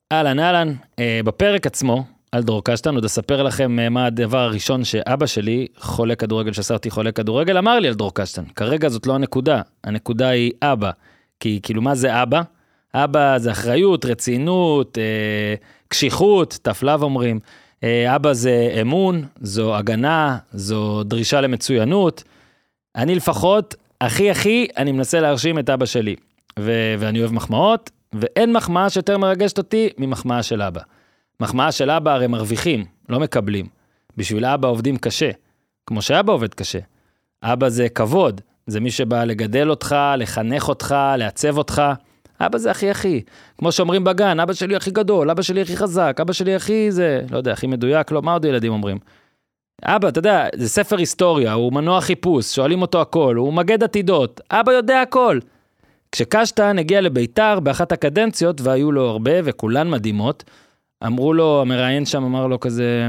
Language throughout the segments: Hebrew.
אהלן, בפרק עצמו, על דרור קשטן, עוד אספר לכם מה הדבר הראשון שאבא שלי, חולה כדורגל, שעשה אותי חולה כדורגל, אמר לי על דרור קשטן. כרגע זאת לא הנקודה, הנקודה היא אבא. כי כאילו מה זה אבא? אבא זה אחריות, רצינות, קשיחות, תפלב אומרים. אבא זה אמון, זו הגנה, זו דרישה למצוינות. אני לפחות, הכי, אני מנסה להרשים את אבא שלי. ואני אוהב מחמאות, ואין מחמאה שיותר מרגשת אותי ממחמאה של אבא. מחמאה של אבא הרי מרוויחים, לא מקבלים. בשביל אבא עובדים קשה, כמו שאבא עובד קשה. אבא זה כבוד, זה מי שבא לגדל אותך, לחנך אותך, לעצב אותך. אבא זה הכי. כמו שאומרים בגן, אבא שלי הכי גדול, אבא שלי הכי חזק, אבא שלי הכי זה, לא יודע, הכי מדויק, לא, מה עוד ילדים אומרים? אבא, אתה יודע, זה ספר היסטוריה, הוא מנוע חיפוש, שואלים אותו הכל, הוא מגד עתידות, אבא יודע הכל. כשקשטן הגיע לביתר באחת הקדנציות, והיו לו הרבה וכולן מדהימות, אמרו לו, המראיין שם אמר לו כזה,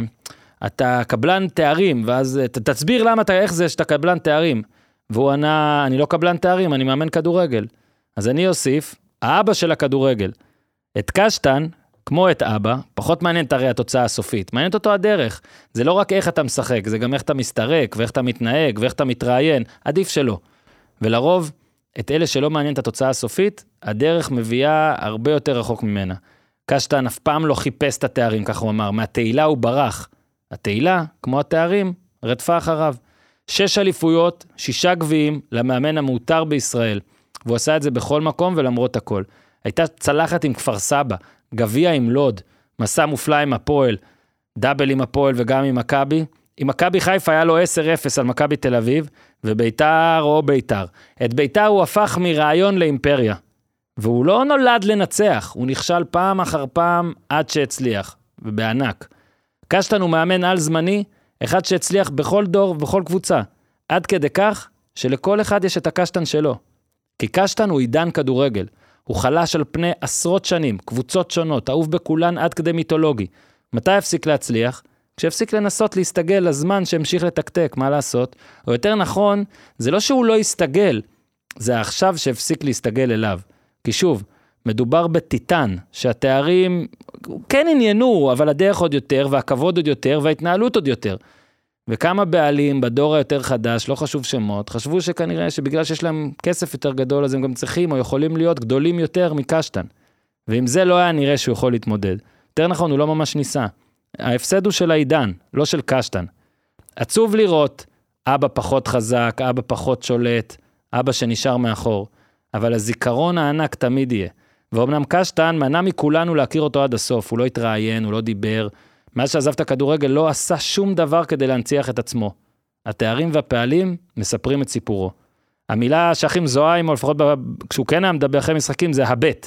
אתה קבלן תארים, ואז תסביר למה איך זה שאתה קבלן תארים. והוא ענה, אני לא קבלן תארים, אני מאמן כדורגל. אז אני אוסיף, האבא של הכדורגל. את קשטן, כמו את אבא, פחות מעניינת הרי התוצאה הסופית, מעניינת אותו הדרך. זה לא רק איך אתה משחק, זה גם איך אתה מסתרק, ואיך אתה מתנהג, ואיך אתה מתראיין, עדיף שלא. ולרוב, את אלה שלא מעניין את התוצאה הסופית, הדרך מביאה הרבה יותר רחוק ממנה. קשטן אף פעם לא חיפש את התארים, כך הוא אמר, מהתהילה הוא ברח. התהילה, כמו התארים, רדפה אחריו. 6 אליפויות, 6 גביעים, למאמן המותר בישראל. והוא עשה את זה בכל מקום ולמרות הכל. הייתה צלחת עם כפר סבא, גביע עם לוד, מסע מופלא עם הפועל, דאבל עם הפועל וגם עם מכבי. עם מכבי חיפה היה לו 10-0 על מכבי תל אביב, וביתר או ביתר. את ביתר הוא הפך מרעיון לאימפריה. והוא לא נולד לנצח, הוא נכשל פעם אחר פעם עד שהצליח, ובענק. קשטן הוא מאמן על זמני, אחד שהצליח בכל דור ובכל קבוצה, עד כדי כך שלכל אחד יש את הקשטן שלו. כי קשטן הוא עידן כדורגל, הוא חלש על פני עשרות שנים, קבוצות שונות, אהוב בכולן עד כדי מיתולוגי. מתי הפסיק להצליח? כשהפסיק לנסות להסתגל לזמן שהמשיך לתקתק, מה לעשות? או יותר נכון, זה לא שהוא לא הסתגל, זה עכשיו שהפסיק להסתגל אליו. כי שוב, מדובר בטיטן, שהתארים כן עניינו, אבל הדרך עוד יותר, והכבוד עוד יותר, וההתנהלות עוד יותר. וכמה בעלים בדור היותר חדש, לא חשוב שמות, חשבו שכנראה שבגלל שיש להם כסף יותר גדול, אז הם גם צריכים או יכולים להיות גדולים יותר מקשטן. ואם זה לא היה נראה שהוא יכול להתמודד. יותר נכון, הוא לא ממש ניסה. ההפסד הוא של העידן, לא של קשטן. עצוב לראות, אבא פחות חזק, אבא פחות שולט, אבא שנשאר מאחור. אבל הזיכרון הענק תמיד יהיה. ואומנם קשטן מנע מכולנו להכיר אותו עד הסוף, הוא לא התראיין, הוא לא דיבר. מאז שעזב את הכדורגל לא עשה שום דבר כדי להנציח את עצמו. התארים והפעלים מספרים את סיפורו. המילה שהכי מזוהה עמו, לפחות כשהוא כן היה מדבר אחרי משחקים, זה הבט.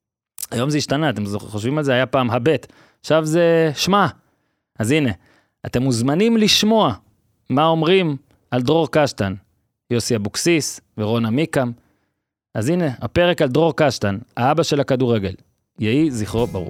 היום זה השתנה, אתם חושבים על זה, היה פעם הבט. עכשיו זה שמע. אז הנה, אתם מוזמנים לשמוע מה אומרים על דרור קשטן, יוסי אבוקסיס ורון עמיקם. אז הנה, הפרק על דרור קשטן, האבא של הכדורגל. יהי זכרו ברוך.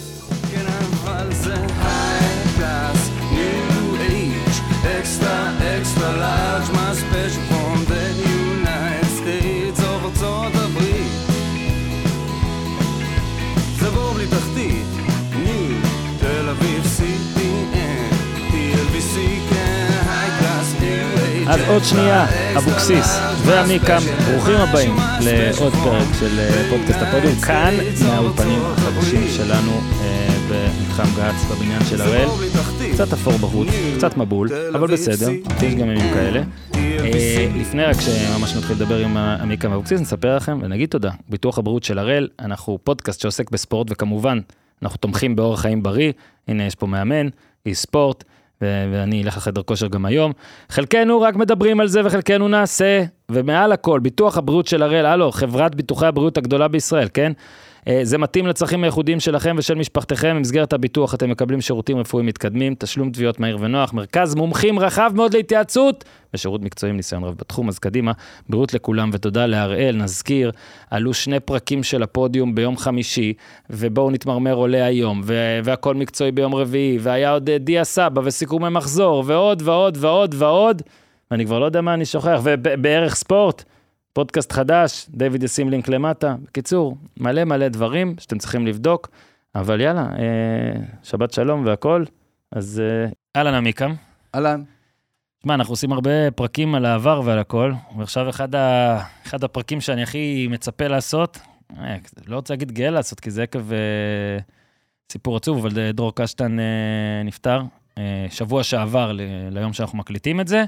אז עוד שנייה, אבוקסיס ועמיקם, ברוכים הבאים לעוד פרק של פודקאסט הפודיום, כאן מהאולפנים החדשים שלנו במתחם גץ בבניין של הראל. קצת אפור בחוץ, קצת מבול, אבל בסדר, יש גם ימים כאלה. לפני רק שממש נתחיל לדבר עם עמיקם ואבוקסיס, נספר לכם ונגיד תודה. ביטוח הבריאות של הראל, אנחנו פודקאסט שעוסק בספורט, וכמובן אנחנו תומכים באורח חיים בריא. הנה יש פה מאמן, איש ספורט, ואני אלך לחדר כושר גם היום. חלקנו רק מדברים על זה וחלקנו נעשה, ומעל הכל, ביטוח הבריאות של הראל, הלו, חברת ביטוחי הבריאות הגדולה בישראל, כן? זה מתאים לצרכים הייחודיים שלכם ושל משפחתכם. במסגרת הביטוח אתם מקבלים שירותים רפואיים מתקדמים, תשלום תביעות מהיר ונוח, מרכז מומחים רחב מאוד להתייעצות, ושירות מקצועי עם ניסיון רב בתחום. אז קדימה, בריאות לכולם ותודה להראל. נזכיר, עלו 2 פרקים של הפודיום ביום חמישי, ובואו נתמרמר עולה היום, והכל מקצועי ביום רביעי, והיה עוד דיה סבא וסיכומי מחזור, ועוד ועוד ועוד ועוד, ואני כבר לא יודע מה אני שוכח, ובערך ספורט, פודקאסט חדש, דיוויד ישים לינק למטה. בקיצור, מלא דברים שאתם צריכים לבדוק. אבל יאללה, שבת שלום והכל, אז אהלן עמיקם. אהלן. תשמע, אנחנו עושים הרבה פרקים על העבר ועל הכל, ועכשיו אחד הפרקים שאני הכי מצפה לעשות, לא רוצה להגיד גאה לעשות, כי זה עקב סיפור עצוב, אבל דרור קשטן נפטר, שבוע שעבר ליום שאנחנו מקליטים את זה,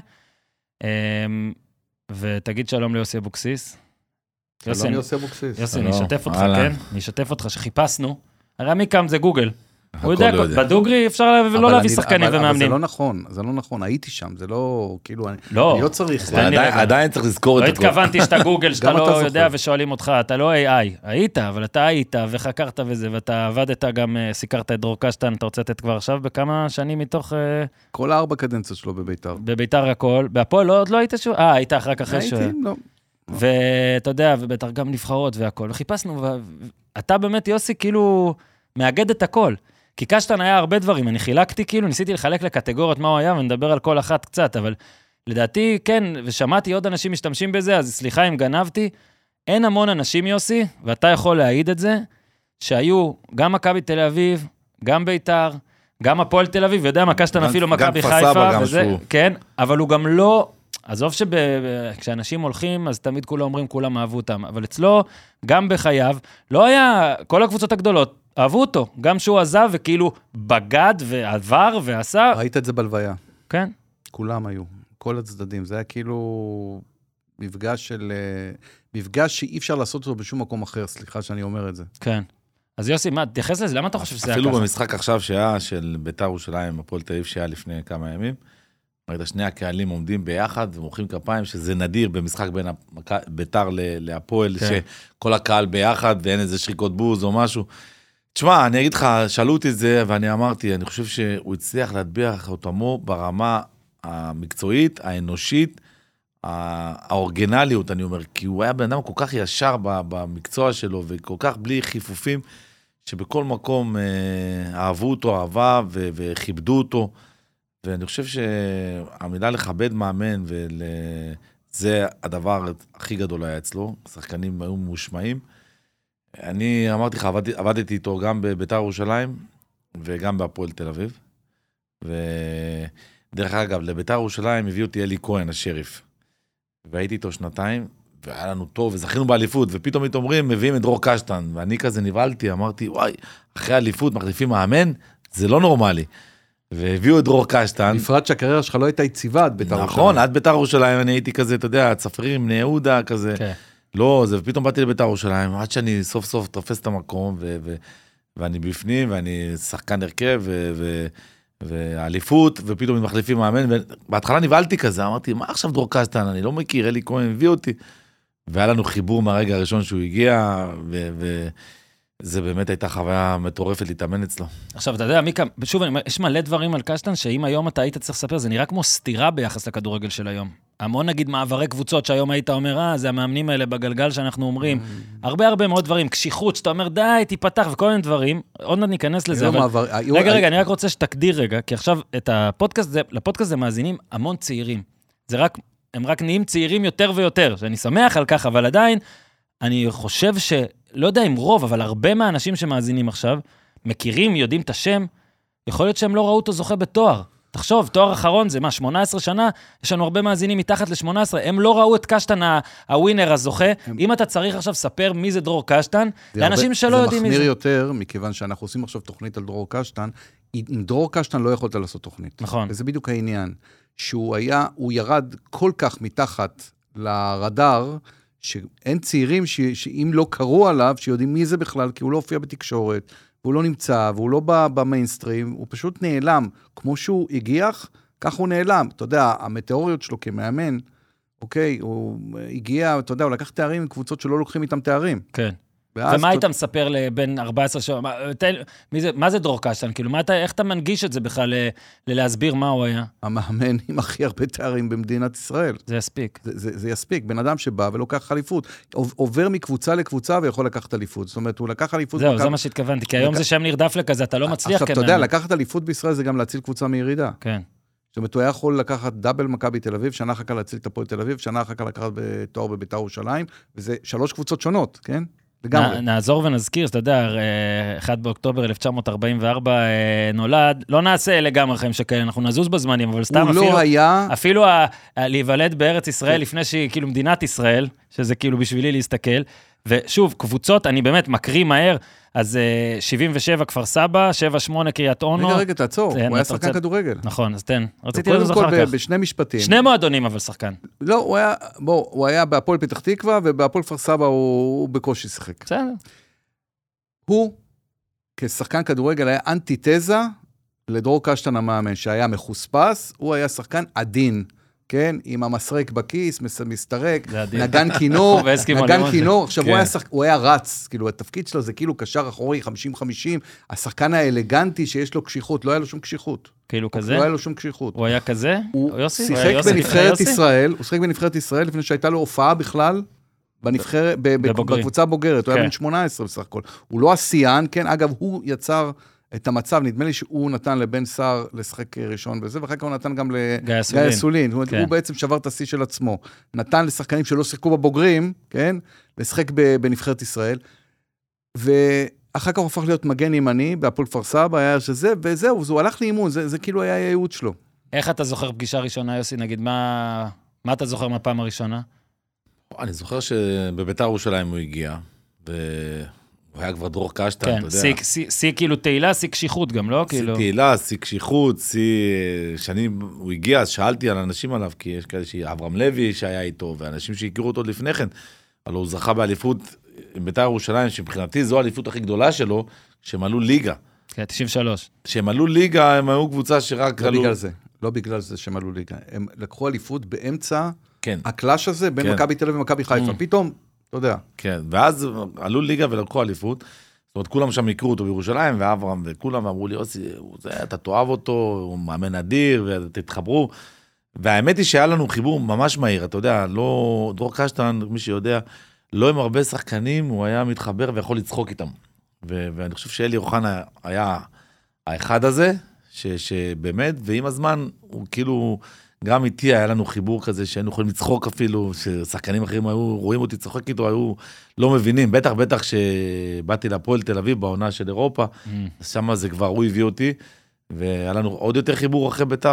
ותגיד שלום ליוסי אבוקסיס. שלום יוסי אבוקסיס. יוסי, אני אשתף אותך, כן? אני אשתף אותך שחיפשנו, הרי עמיקם זה גוגל. הוא יודע, בדוגרי אפשר לא להביא שחקנים ומאמנים. אבל זה לא נכון, הייתי שם, זה לא, כאילו, אני לא צריך. עדיין צריך לזכור את זה. לא התכוונתי שאתה גוגל, שאתה לא יודע ושואלים אותך, אתה לא AI, היית, אבל אתה היית וחקרת וזה, ואתה עבדת גם, סיקרת את דרור קשטן, אתה רוצה לתת כבר עכשיו בכמה שנים מתוך... כל 4 קדנציות שלו בביתר. בביתר הכל, בהפועל עוד לא היית שהוא? היית רק אחרי ש... הייתי, לא. ואתה יודע, וביתר גם נבחרות והכל, וחיפשנו, ואתה באמת, יוסי, כאילו, מאגד את הכל. כי קשטן היה הרבה דברים, אני חילקתי כאילו, ניסיתי לחלק לקטגוריות מה הוא היה, ונדבר על כל אחת קצת, אבל לדעתי, כן, ושמעתי עוד אנשים משתמשים בזה, אז סליחה אם גנבתי, אין המון אנשים, יוסי, ואתה יכול להעיד את זה, שהיו גם מכבי תל אביב, גם ביתר, גם הפועל תל אביב, ויודע מה קשטן אפילו מכבי חיפה, וזה, כן, אבל הוא גם לא, עזוב כשאנשים הולכים, אז תמיד כולם אומרים, כולם אהבו אותם, אבל אצלו, גם בחייו, לא היה, כל הקבוצות הגדולות, אהבו אותו, גם שהוא עזב וכאילו בגד ועבר ועשה. ראית את זה בלוויה. כן. כולם היו, כל הצדדים. זה היה כאילו מפגש שאי אפשר לעשות אותו בשום מקום אחר, סליחה שאני אומר את זה. כן. אז יוסי, מה, תייחס לזה? למה אתה חושב שזה היה ככה? אפילו במשחק עכשיו שהיה של ביתר ירושלים, הפועל תל אביב שהיה לפני כמה ימים, ראית שני הקהלים עומדים ביחד ומוחאים כפיים, שזה נדיר במשחק בין ביתר להפועל, שכל הקהל ביחד ואין איזה שריקות בוז או משהו. תשמע, אני אגיד לך, שאלו אותי את זה, ואני אמרתי, אני חושב שהוא הצליח להטביע אותמו ברמה המקצועית, האנושית, האורגנליות, אני אומר, כי הוא היה בן אדם כל כך ישר במקצוע שלו, וכל כך בלי חיפופים, שבכל מקום אהבו אותו, אהבה, וכיבדו אותו, ואני חושב שהמילה לכבד מאמן, וזה הדבר הכי גדול היה אצלו, שחקנים היו מושמעים, אני אמרתי לך, עבדתי איתו גם בביתר ירושלים, וגם בהפועל תל אביב, ודרך אגב, לביתר ירושלים הביאו אותי אלי כהן, השריף, והייתי איתו 2 והיה לנו טוב, וזכינו באליפות, ופתאום אומרים, מביאים את דרור קשטן, ואני כזה נבלתי, אמרתי, וואי, אחרי האליפות מחליפים מאמן, זה לא נורמלי, והביאו את דרור קשטן. בפרט שהקריירה שלך לא הייתה יציבה עד ביתר ירושלים. נכון, עד ביתר ירושלים אני הייתי כזה, אתה יודע, צפרים, בני יהודה, כזה. Okay. לא, זה, ופתאום באתי לביתר ירושלים, עד שאני סוף סוף תופס את המקום, ואני בפנים, ואני שחקן הרכב, והאליפות, ופתאום הם מחליפים מאמן, ובהתחלה נבהלתי כזה, אמרתי, מה עכשיו דרור קשטן? אני לא מכיר, אלי כהן הביא אותי, והיה לנו חיבור מהרגע הראשון שהוא הגיע, זה באמת הייתה חוויה מטורפת להתאמן אצלו. עכשיו, אתה יודע, מיקה, שוב, יש מלא דברים על קשטן, שאם היום אתה היית צריך לספר, זה נראה כמו סתירה ביחס לכדורגל של היום. המון נגיד מעברי קבוצות שהיום היית אומר, זה המאמנים האלה בגלגל שאנחנו אומרים, הרבה מאוד דברים, קשיחות, שאתה אומר, די, תיפתח, וכל מיני דברים, עוד מעט ניכנס לזה, אבל... רגע, אני רק רוצה שתקדיר רגע, כי עכשיו את הפודקאסט, לפודקאסט זה מאזינים המון צעירים. הם רק נהיים צעירים יותר ויותר, שאני שמח על כך, אבל עדיין, אני חושב לא יודע אם רוב, אבל הרבה מהאנשים שמאזינים עכשיו, מכירים, יודעים את השם, יכול להיות שהם לא ראו אותו זוכה בתואר. תחשוב, תואר אחרון זה מה, 18 שנה, יש לנו הרבה מאזינים מתחת ל-18, הם לא ראו את קשטן הווינר הזוכה, אם אתה צריך עכשיו ספר מי זה דרור קשטן, לאנשים שלא יודעים מי זה. זה מחמיר יותר, מכיוון שאנחנו עושים עכשיו תוכנית על דרור קשטן, עם דרור קשטן לא יכולת לעשות תוכנית. נכון. וזה בדיוק העניין, שהוא ירד כל כך מתחת לרדאר, שאין צעירים שאם לא קראו עליו, שיודעים מי זה בכלל, כי הוא לא הופיע בתקשורת, והוא לא נמצא, והוא לא במיינסטרים, הוא פשוט נעלם. כמו שהוא הגיח, כך הוא נעלם. אתה יודע, המטאוריות שלו כמאמן, אוקיי, הוא הגיע, אתה יודע, הוא לקח תארים עם קבוצות שלא לוקחים איתם תארים. כן. ומה היית מספר לבן 14 שעות? מה זה דרור קשטן? כאילו, איך אתה מנגיש את זה בכלל להסביר מה הוא היה? המאמן עם הכי הרבה תארים במדינת ישראל. זה יספיק. זה יספיק. בן אדם שבא ולוקח חליפות, עובר מקבוצה לקבוצה ויכול לקחת אליפות. זאת אומרת, הוא לקח אליפות... זהו, זה מה שהתכוונתי, כי היום זה שם נרדף לכזה, אתה לא מצליח. עכשיו, אתה יודע, לקחת אליפות בישראל זה גם להציל קבוצה מירידה. כן. זאת אומרת, הוא היה יכול לקחת דאבל מכבי תל אביב, שנה אחר כך להציל את הפועל תל אביב, שנה אחר כך לקחת תואר בביתר ירושלים, וזה 3 קבוצות שונות, כן? לגמרי. נעזור ונזכיר, שאתה יודע, 1 באוקטובר 1944 נולד, לא נעשה לגמרי חיים שכאלה, אנחנו נזוז בזמנים, אבל סתם הוא לא היה... אפילו להיוולד בארץ ישראל, לפני שהיא כאילו מדינת ישראל, שזה כאילו בשבילי להסתכל, ושוב, קבוצות, אני באמת מקריא מהר, אז 77 כפר סבא, 78 קריית אונו. רגע, תעצור, הוא היה שחקן כדורגל. נכון, אז תן, רציתי לדעת אחר כך. בשני משפטים. שני מועדונים אבל שחקן. לא, הוא היה בהפועל פתח תקווה, ובהפועל כפר סבא הוא בקושי שיחק. בסדר. הוא, כשחקן כדורגל, היה אנטיתזה לדרור קשטן המאמן, שהיה מחוספס, הוא היה שחקן עדין. כן, עם המסרק בכיס, מסתרק, נגן כינור, עכשיו הוא היה רץ, כאילו התפקיד שלו זה כאילו קשר אחורי, 50-50, השחקן האלגנטי שיש לו קשיחות, לא היה לו שום קשיחות. כאילו כזה? לא היה לו שום קשיחות. הוא היה כזה? הוא שיחק בנבחרת ישראל, הוא שיחק בנבחרת ישראל, לפני שהייתה לו הופעה בכלל, בקבוצה בוגרת, הוא היה בן 18 בסך הכל. הוא לא עשיין, כן, אגב, הוא יצר... את המצב, נדמה לי שהוא נתן לבן שר לשחק ראשון בזה, ואחר כך הוא נתן גם לגיא סולין. זאת אומרת, הוא בעצם שבר את השיא של עצמו. נתן לשחקנים שלא שיחקו בבוגרים, כן? לשחק בנבחרת ישראל. ואחר כך הוא הפך להיות מגן ימני, בהפועל כפר סבא, היה שזה, וזהו, הוא הלך לאימון, זה כאילו היה הייעוד שלו. איך אתה זוכר פגישה ראשונה, יוסי? נגיד, מה אתה זוכר מהפעם הראשונה? אני זוכר שבביתר ירושלים הוא הגיע, הוא היה כבר דרור קשטן, אתה יודע. כן, שיא כאילו תהילה, שיא קשיחות גם, לא? שיא תהילה, שיא קשיחות, הוא הגיע, אז שאלתי על אנשים עליו, כי יש כאלה שאברהם לוי שהיה איתו, ואנשים שהכירו אותו לפני כן, אבל הוא זכה באליפות עם ביתר ירושלים, שמבחינתי זו האליפות הכי גדולה שלו, שהם עלו ליגה. כן, 93. שהם עלו ליגה, הם היו קבוצה שרק עלו... לא בגלל זה שהם עלו ליגה. הם לקחו אליפות באמצע הקלאש הזה, בין מכבי תל אביב ומכבי חיפה. פתאום אתה יודע. כן, ואז עלו ליגה ולקחו אליפות, זאת אומרת, כולם שם הכירו אותו בירושלים, ואברהם וכולם אמרו לי, אוסי, אתה תאהב אותו, הוא מאמן אדיר, ותתחברו, והאמת היא שהיה לנו חיבור ממש מהיר, אתה יודע, לא, דרור קשטן, מי שיודע, לא עם הרבה שחקנים, הוא היה מתחבר ויכול לצחוק איתם, ואני חושב שאלי אוחנה היה האחד הזה, שבאמת, ועם הזמן, הוא כאילו... גם איתי היה לנו חיבור כזה שהיינו יכולים לצחוק אפילו, ששחקנים אחרים היו, רואים אותי צוחק איתו, היו לא מבינים, בטח שבאתי להפועל תל אביב בעונה של אירופה, שם זה כבר הוא הביא אותי, והיה לנו עוד יותר חיבור אחרי ביתר,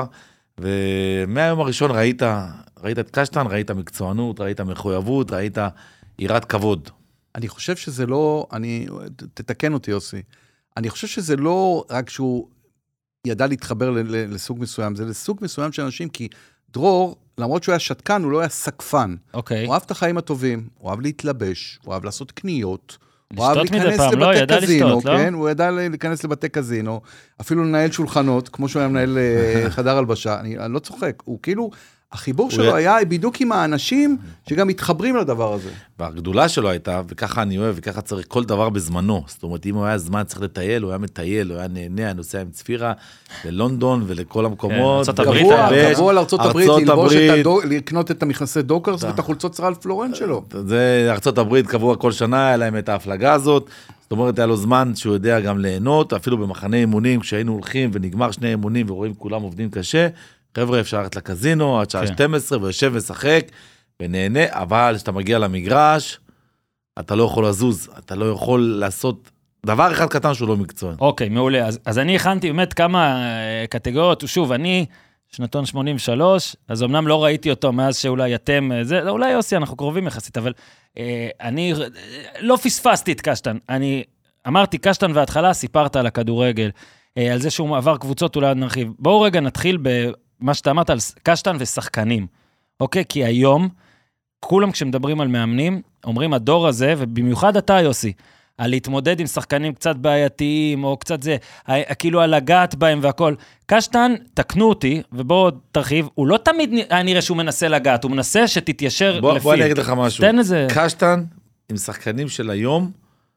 ומהיום הראשון ראית את קשטן, ראית מקצוענות, ראית מחויבות, ראית יראת כבוד. אני חושב שזה לא, תתקן אותי יוסי, אני חושב שזה לא רק שהוא, ידע להתחבר לסוג מסוים, זה לסוג מסוים של אנשים, כי דרור, למרות שהוא היה שתקן, הוא לא היה סקפן. אוקיי. הוא אהב את החיים הטובים, הוא אהב להתלבש, הוא אהב לעשות קניות, הוא אהב להיכנס לבתי קזינו, כן? הוא ידע להיכנס לבתי קזינו, אפילו לנהל שולחנות, כמו שהוא היה מנהל חדר הלבשה, אני לא צוחק, הוא כאילו, החיבור שלו היה בדיוק עם האנשים שגם מתחברים לדבר הזה. והגדולה שלו הייתה, וככה אני אוהב, וככה צריך כל דבר בזמנו. זאת אומרת, אם הוא היה זמן צריך לטייל, הוא היה מטייל, הוא היה נהנה, היה נוסע עם צפירה ללונדון ולכל המקומות. גבו על ארצות הברית, לקנות את המכנסי דוקרס ואת החולצות צרל פלורן שלו. זה ארצות הברית קבוע כל שנה, היה להם את ההפלגה הזאת. זאת אומרת, היה לו זמן שהוא יודע גם ליהנות, אפילו במחנה אימונים, כשהיינו הולכים ונגמר שני אימונים ורואים כולם עובדים קשה, חבר'ה, אפשר ללכת לקזינו, עד שעה 12, ויושב ושחק, ונהנה, אבל כשאתה מגיע למגרש, אתה לא יכול לזוז, אתה לא יכול לעשות דבר אחד קטן שהוא לא מקצועי. אוקיי, מעולה. אז אני הכנתי באמת כמה קטגוריות, ושוב, אני שנתון 83, אז אמנם לא ראיתי אותו מאז שאולי אתם, אולי יוסי, אנחנו קרובים יחסית, אבל אני לא פספסתי את קשטן. אני אמרתי, קשטן וההתחלה, סיפרת על הכדורגל, על זה שהוא עבר קבוצות, אולי נרחיב. בואו רגע נתחיל מה שאתה אמרת על קשטן ושחקנים, אוקיי? כי היום, כולם כשמדברים על מאמנים, אומרים הדור הזה, ובמיוחד אתה יוסי, על להתמודד עם שחקנים קצת בעייתיים, או קצת זה, כאילו על לגעת בהם והכל. קשטן, תקנו אותי, ובואו תרחיב, הוא לא תמיד נראה שהוא מנסה לגעת, הוא מנסה שתתיישר לפי. בוא אני אגיד לך משהו. תן איזה... קשטן, עם שחקנים של היום,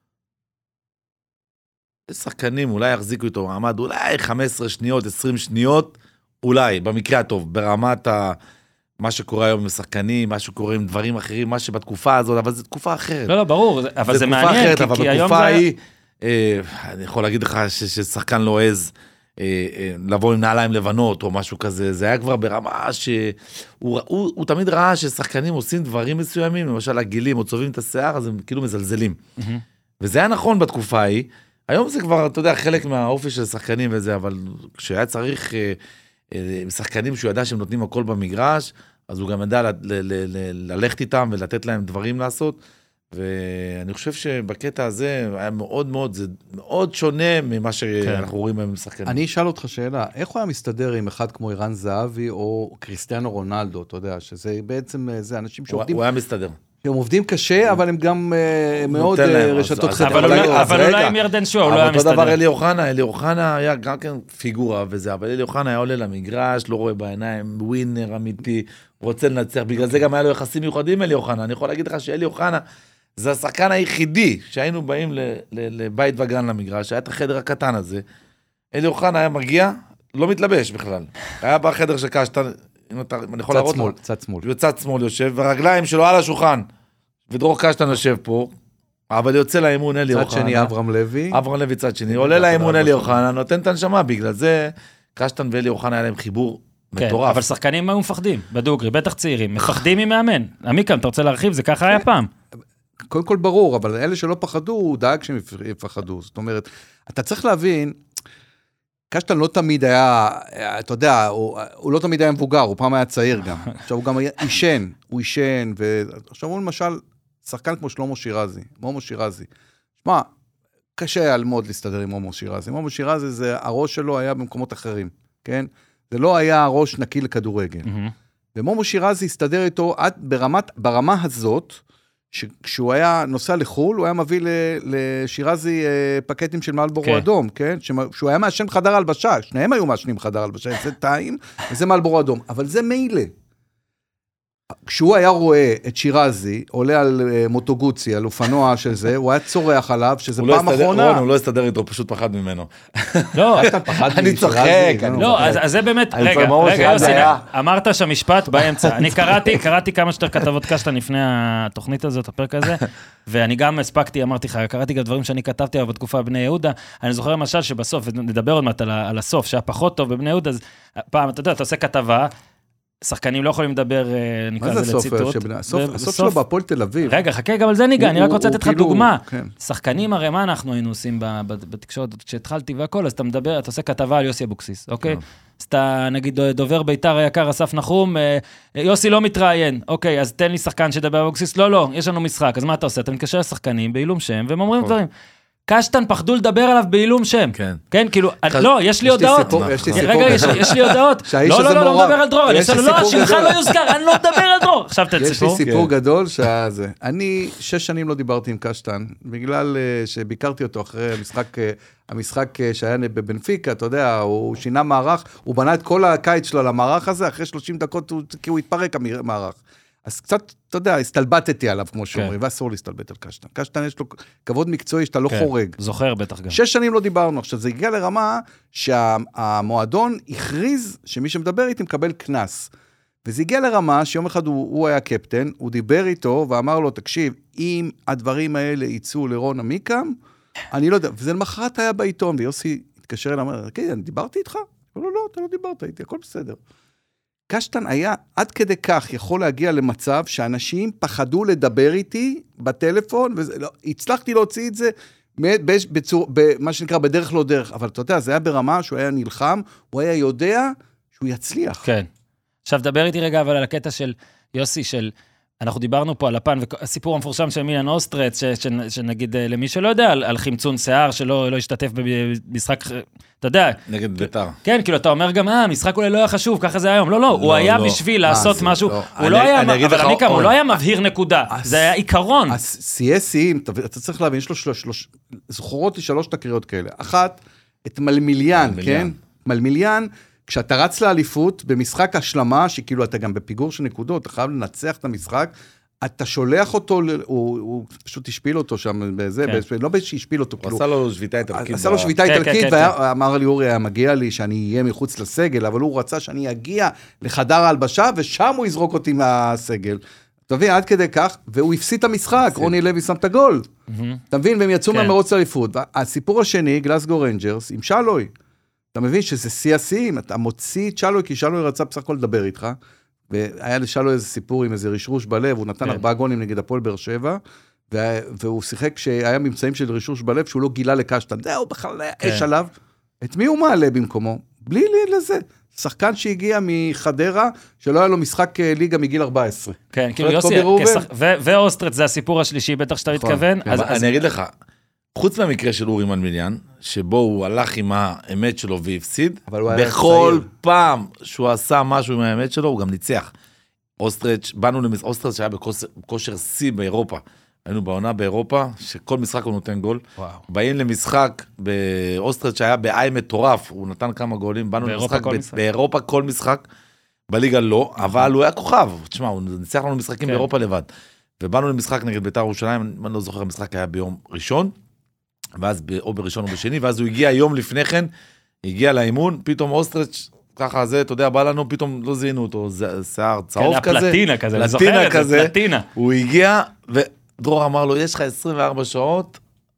שחקנים אולי יחזיקו איתו מעמד, אולי 15 שניות, 20 שניות, אולי, במקרה הטוב, ברמת מה שקורה היום עם שחקנים, מה שקורה עם דברים אחרים, מה שבתקופה הזאת, אבל זו תקופה אחרת. לא, ברור, אבל זה מעניין, אחרת, אבל בתקופה היא, אני יכול להגיד לך ששחקן לא עז לבוא עם נעליים לבנות או משהו כזה, זה היה כבר ברמה שהוא תמיד ראה ששחקנים עושים דברים מסוימים, למשל הגילים או צובעים את השיער, אז הם כאילו מזלזלים. וזה היה נכון בתקופה ההיא, היום זה כבר, אתה יודע, חלק מהאופי של שחקנים וזה, אבל כשהיה צריך שחקנים שהוא ידע שהם נותנים הכל במגרש, אז הוא גם ידע ללכת איתם ולתת להם דברים לעשות, ואני חושב שבקטע הזה היה מאוד מאוד, זה מאוד שונה ממה שאנחנו רואים היום שחקנים. אני אשאל אותך שאלה, איך הוא היה מסתדר עם אחד כמו ערן זהבי או קריסטיאנו רונלדו, אתה יודע, שזה בעצם, זה אנשים שעובדים... הוא היה מסתדר. הם עובדים קשה, אבל הם גם מאוד רשתות חברתיות. אבל אולי עם ירדן שואה, הוא לא היה מסתדר. אותו דבר אלי אוחנה היה גם כן פיגורה וזה, אבל אלי אוחנה היה עולה למגרש, לא רואה בעיניים, ווינר אמיתי, רוצה לנצח, בגלל זה גם היה לו יחסים מיוחדים אלי אוחנה. אני יכול להגיד לך שאלי אוחנה זה השחקן היחידי שהיינו באים לבית וגן למגרש, היה את החדר הקטן הזה, אלי אוחנה היה מגיע, לא מתלבש בכלל. היה בחדר של קשטן, אני יכול להראות לו. צד שמאל. בצד שמאל יושב, והרגליים שלו על השולחן, ודרור קשטן יושב פה, אבל יוצא לאימון אלי אוחנה. צד שני אברהם לוי. אברהם לוי צד שני, עולה לאימון אלי אוחנה, נותן את הנשמה, בגלל זה קשטן ואלי אוחנה היה להם חיבור מטורף. אבל שחקנים היו מפחדים, בדוגרי, בטח צעירים, מפחדים ממאמן. עמיקם, אתה רוצה להרחיב? זה ככה היה פעם. קודם כל ברור, אבל אלה שלא פחדו, הוא דאג שהם יפחדו. זאת אומרת, אתה צריך להבין, קשטן לא תמיד היה, אתה יודע, הוא לא תמיד היה מבוגר, הוא פעם היה צעיר גם. עכשיו הוא גם הוא ישן, ועכשיו הוא למשל, שחקן כמו שלמה שירזי, מומו שירזי. שמע, קשה היה ללמוד להסתדר עם מומו שירזי. מומו שירזי, הראש שלו היה במקומות אחרים, כן? זה לא היה ראש נקי לכדורגל. ומומו שירזי הסתדר איתו ברמה הזאת, כשהוא היה נוסע לחול, הוא היה מביא לשירזי פקטים של מלבורו אדום, כן? שהוא היה מעשן חדר הלבשה, שניהם היו מעשנים חדר הלבשה, זה טעים, וזה מלבורו אדום, אבל זה מילא. כשהוא היה רואה את שירזי, עולה על מוטוגוצי, על אופנוע של זה, הוא היה צורח עליו, שזה פעם אחרונה. הוא לא הסתדר איתו, פשוט פחד ממנו. לא, אני צוחק. לא, אז זה באמת, רגע, יוסי, אמרת שהמשפט באמצע. אני קראתי כמה שיותר כתבות קשטן לפני התוכנית הזאת, הפרק הזה, ואני גם הספקתי, אמרתי לך, קראתי גם דברים שאני כתבתי בתקופה בבני יהודה, אני זוכר למשל שבסוף, נדבר עוד מעט על הסוף, שהיה פחות טוב בבני יהודה, אז פעם, אתה יודע, אתה עושה כתבה, שחקנים לא יכולים לדבר, נקרא לזה לציטוט. הסוף שלו בהפועל תל אביב. רגע, חכה, גם על זה ניגע, אני רק רוצה לתת לך דוגמה. שחקנים הרי מה אנחנו היינו עושים בתקשורת, כשהתחלתי והכל, אז אתה מדבר, אתה עושה כתבה על יוסי אבוקסיס, אוקיי? אז אתה, נגיד, דובר ביתר היקר, אסף נחום, יוסי לא מתראיין, אוקיי, אז תן לי שחקן שדבר על אבוקסיס, לא, יש לנו משחק, אז מה אתה עושה? אתה מתקשר לשחקנים בעילום שם, והם אומרים דברים. קשטן פחדו לדבר עליו בעילום שם. כן, כאילו, לא, יש לי הודעות. רגע, יש לי הודעות. לא מדבר על דרור. לא, שמך לא יוזכר, אני לא מדבר על דרור. עכשיו תציפור. יש לי סיפור גדול שזה. אני 6 שנים לא דיברתי עם קשטן, בגלל שביקרתי אותו אחרי המשחק שהיה בבנפיקה, אתה יודע, הוא שינה מערך, הוא בנה את כל הקיץ שלו למערך הזה, אחרי 30 דקות הוא התפרק המערך. אז קצת, אתה יודע, הסתלבטתי עליו, כמו שאומרים, ואסור להסתלבט על קשטן. קשטן יש לו כבוד מקצועי שאתה לא חורג. זוכר בטח גם. 6 שנים לא דיברנו. עכשיו, זה הגיע לרמה שהמועדון הכריז שמי שמדבר איתי מקבל כנס. וזה הגיע לרמה שיום אחד הוא היה קפטן, הוא דיבר איתו ואמר לו, תקשיב, אם הדברים האלה יצאו לרון עמיקם, אני לא יודע, וזה למחרת היה בעיתון, ויוסי התקשר אליו, אמר, כן, אני דיברתי איתך? לא, אתה לא דיברת איתי, הכל בסדר. קשטן היה עד כדי כך יכול להגיע למצב שאנשים פחדו לדבר איתי בטלפון, והצלחתי להוציא את זה במה שנקרא בדרך לא דרך, אבל אתה יודע, זה היה ברמה שהוא היה נלחם, הוא היה יודע שהוא יצליח. כן. עכשיו דבר איתי רגע אבל על הקטע של יוסי, של אנחנו דיברנו פה על הפן, והסיפור המפורשם של מילן אוסטרץ, שנגיד למי שלא יודע, על חמצון שיער שלא השתתף במשחק, אתה יודע. נגד ביתר. כן, כאילו אתה אומר גם, המשחק אולי לא היה חשוב, ככה זה היום. לא, הוא היה בשביל לעשות משהו, הוא לא היה, אבל אני כאן, הוא לא היה מבהיר נקודה, זה היה עיקרון. CSים, אתה צריך להבין, יש לו זכורות לי 3 תקריות כאלה. אחת, את מלמיליאן, כן? מלמיליאן, כשאתה רץ לאליפות, במשחק השלמה, שכאילו אתה גם בפיגור של נקודות, אתה חייב לנצח את המשחק, אתה שולח אותו, הוא פשוט השפיל אותו שם, לא שהשפיל אותו. הוא עשה לו שביתה איטלקית. עשה לו שביתה איטלקית, ואמר לי, אורי, מגיע לי שאני אהיה מחוץ לסגל, אבל הוא רצה שאני אגיע לחדר ההלבשה, ושם הוא יזרוק אותי מהסגל. אתה מבין, עד כדי כך, והוא הפסיד את המשחק, רוני לוי שם את הגול. אתה מבין, והם יצאו מהמרוץ לאליפות. הסיפור השני, גלסגו רנג'רס, עם שלוי. אתה מבין שזה שיא השיאים, אתה מוציא את שלוי, כי שלוי רצה בסך הכל לדבר איתך, והיה לשלוי איזה סיפור עם איזה רשרוש בלב, הוא נתן 4 גולים נגד הפועל באר שבע, והוא שיחק שהיה ממצאים של רשרוש בלב, שהוא לא גילה לקשטן, זהו, בכלל היה אש עליו, את מי הוא מעלה במקומו? בלי לזה. שחקן שהגיע מחדרה, שלא היה לו משחק ליגה מגיל 14. כן, כאילו יוסי, ואוסטרץ זה הסיפור השלישי, בטח שאתה מתכוון. אני אגיד לך, חוץ מהמקרה של אורי מלמיליאן, שבו הוא הלך עם האמת שלו והפסיד, בכל פעם שהוא עשה משהו עם האמת שלו, הוא גם ניצח. אוסטרץ שהיה בכושר C באירופה, היינו בעונה באירופה, שכל משחק הוא נותן גול. באים למשחק באוסטרץ שהיה בעי מטורף, הוא נתן כמה גולים, באנו למשחק באירופה כל משחק, בליגה לא, אבל הוא היה כוכב. תשמע, הוא ניצח לנו משחקים באירופה לבד. ובאנו למשחק נגד בית"ר ירושלים, אני לא זוכר, המשחק היה ביום ראשון, ואז או בראשון או בשני, ואז הוא הגיע יום לפני כן, הגיע לאימון, פתאום אוסטרץ, ככה זה, אתה יודע, בא לנו, פתאום לא זיהינו אותו, שיער צהוב כזה. פלטינה כזה, אני זוכר את זה, פלטינה. הוא הגיע, ודרור אמר לו, יש לך 24 שעות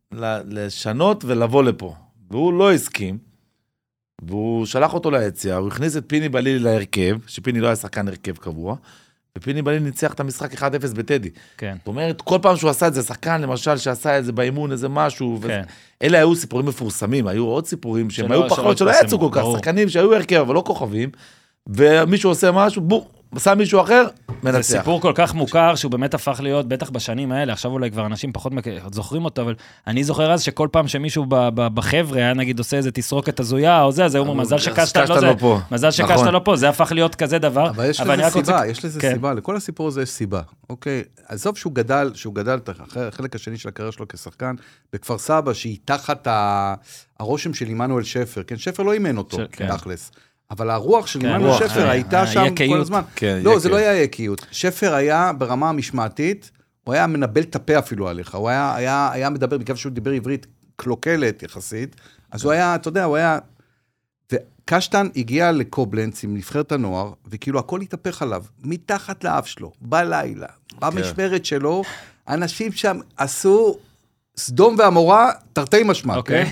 לשנות ולבוא לפה. והוא לא הסכים, והוא שלח אותו ליציאה, הוא הכניס את פיני בלילי להרכב, שפיני לא היה שחקן הרכב קבוע, ופיני בלילי ניצח את המשחק 1-0 בטדי. כן. זאת אומרת, כל פעם שהוא עשה את זה, שחקן למשל שעשה את זה באימון, איזה משהו, כן. אלה היו סיפורים מפורסמים, היו עוד סיפורים שהם היו פחות, שלא יצאו כל כך, שחקנים שהיו הרכב, אבל לא כוכבים, ומישהו עושה משהו, בום, עשה מישהו אחר, מנצח. זה סיפור כל כך מוכר, שהוא באמת הפך להיות, בטח בשנים האלה, עכשיו אולי כבר אנשים פחות זוכרים אותו, אבל אני זוכר אז שכל פעם שמישהו בחבר'ה, היה נגיד עושה איזה תסרוקת הזויה, או זה, הוא אומר, מזל שקשטן לא פה. מזל שקשטן לא פה, זה הפך להיות כזה דבר. אבל יש לזה סיבה, יש לזה סיבה, לכל הסיפור הזה יש סיבה. אוקיי, עזוב שהוא גדל, החלק השני של הקריירה שלו כשחקן, בכפר סבא, שהיא תחת הרושם של עמנואל שפר, כן, שפר לא אימן אותו, תכלס. אבל הרוח של עמנואל שפר הייתה שם כל הזמן. לא, זה לא היה יקיות. שפר היה ברמה המשמעתית, הוא היה מנבל את הפה אפילו עליך, הוא היה מדבר, מכיוון שהוא דיבר עברית קלוקלת יחסית, אז הוא היה, אתה יודע, הוא היה... וקשטן הגיע לקובלנץ עם נבחרת הנוער, וכאילו הכל התהפך עליו, מתחת לאף שלו, בלילה, במשמרת שלו, אנשים שם עשו סדום ועמורה, תרתי משמע, כן?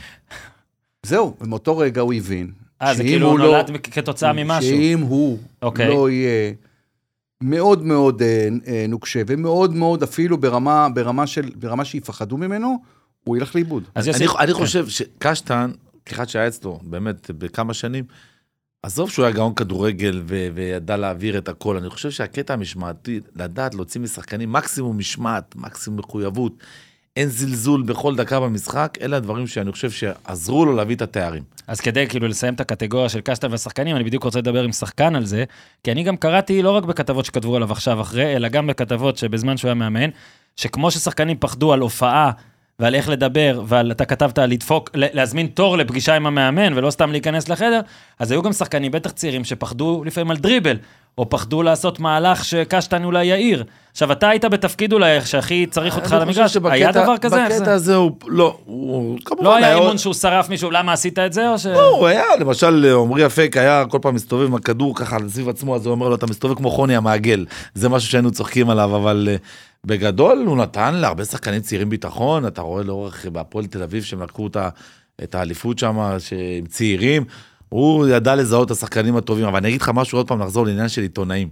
זהו, ומאותו רגע הוא הבין, זה כאילו הוא נולד כתוצאה ממשהו. שאם הוא לא יהיה מאוד מאוד נוקשה, ומאוד מאוד אפילו ברמה שיפחדו ממנו, הוא ילך לאיבוד. אני חושב שקשטן, כאחד שהיה אצלו, באמת בכמה שנים, עזוב שהוא היה גאון כדורגל וידע להעביר את הכל, אני חושב שהקטע המשמעתי, לדעת להוציא משחקנים, מקסימום משמעת, מקסימום מחויבות, אין זלזול בכל דקה במשחק, אלה הדברים שאני חושב שעזרו לו להביא את התארים. אז כדי כאילו לסיים את הקטגוריה של קשטן והשחקנים, אני בדיוק רוצה לדבר עם שחקן על זה, כי אני גם קראתי לא רק בכתבות שכתבו עליו עכשיו אחרי, אלא גם בכתבות שבזמן שהוא היה מאמן, שכמו ששחקנים פחדו על הופעה, ועל איך לדבר, ואתה כתבת לדפוק, להזמין תור לפגישה עם המאמן, ולא סתם להיכנס לחדר, אז היו גם שחקנים, בטח צעירים, שפחדו לפעמים על דריבל, או פחדו לעשות מהלך שקשטן אולי יאיר. עכשיו, אתה היית בתפקיד אולי, שהכי צריך אותך למגרש, היה דבר כזה? בקטע הזה הוא, לא, לא היה אימון שהוא שרף מישהו, למה עשית את זה? לא, הוא היה, למשל, עומרי אפק היה כל פעם מסתובב עם הכדור ככה, סביב עצמו, אז הוא אומר לו, אתה מסתובב כמו חוני המעגל. זה משהו שהיינו צוחקים עליו, אבל בגדול הוא נתן להרבה שחקנים צעירים ביטחון, אתה רואה לאורך בהפועל תל אביב, שהם לקחו את האליפות שם, שהם צעירים, הוא ידע לזהות את השחקנים הטובים, אבל אני אגיד לך משהו עוד פעם, נחזור לעניין של עיתונאים.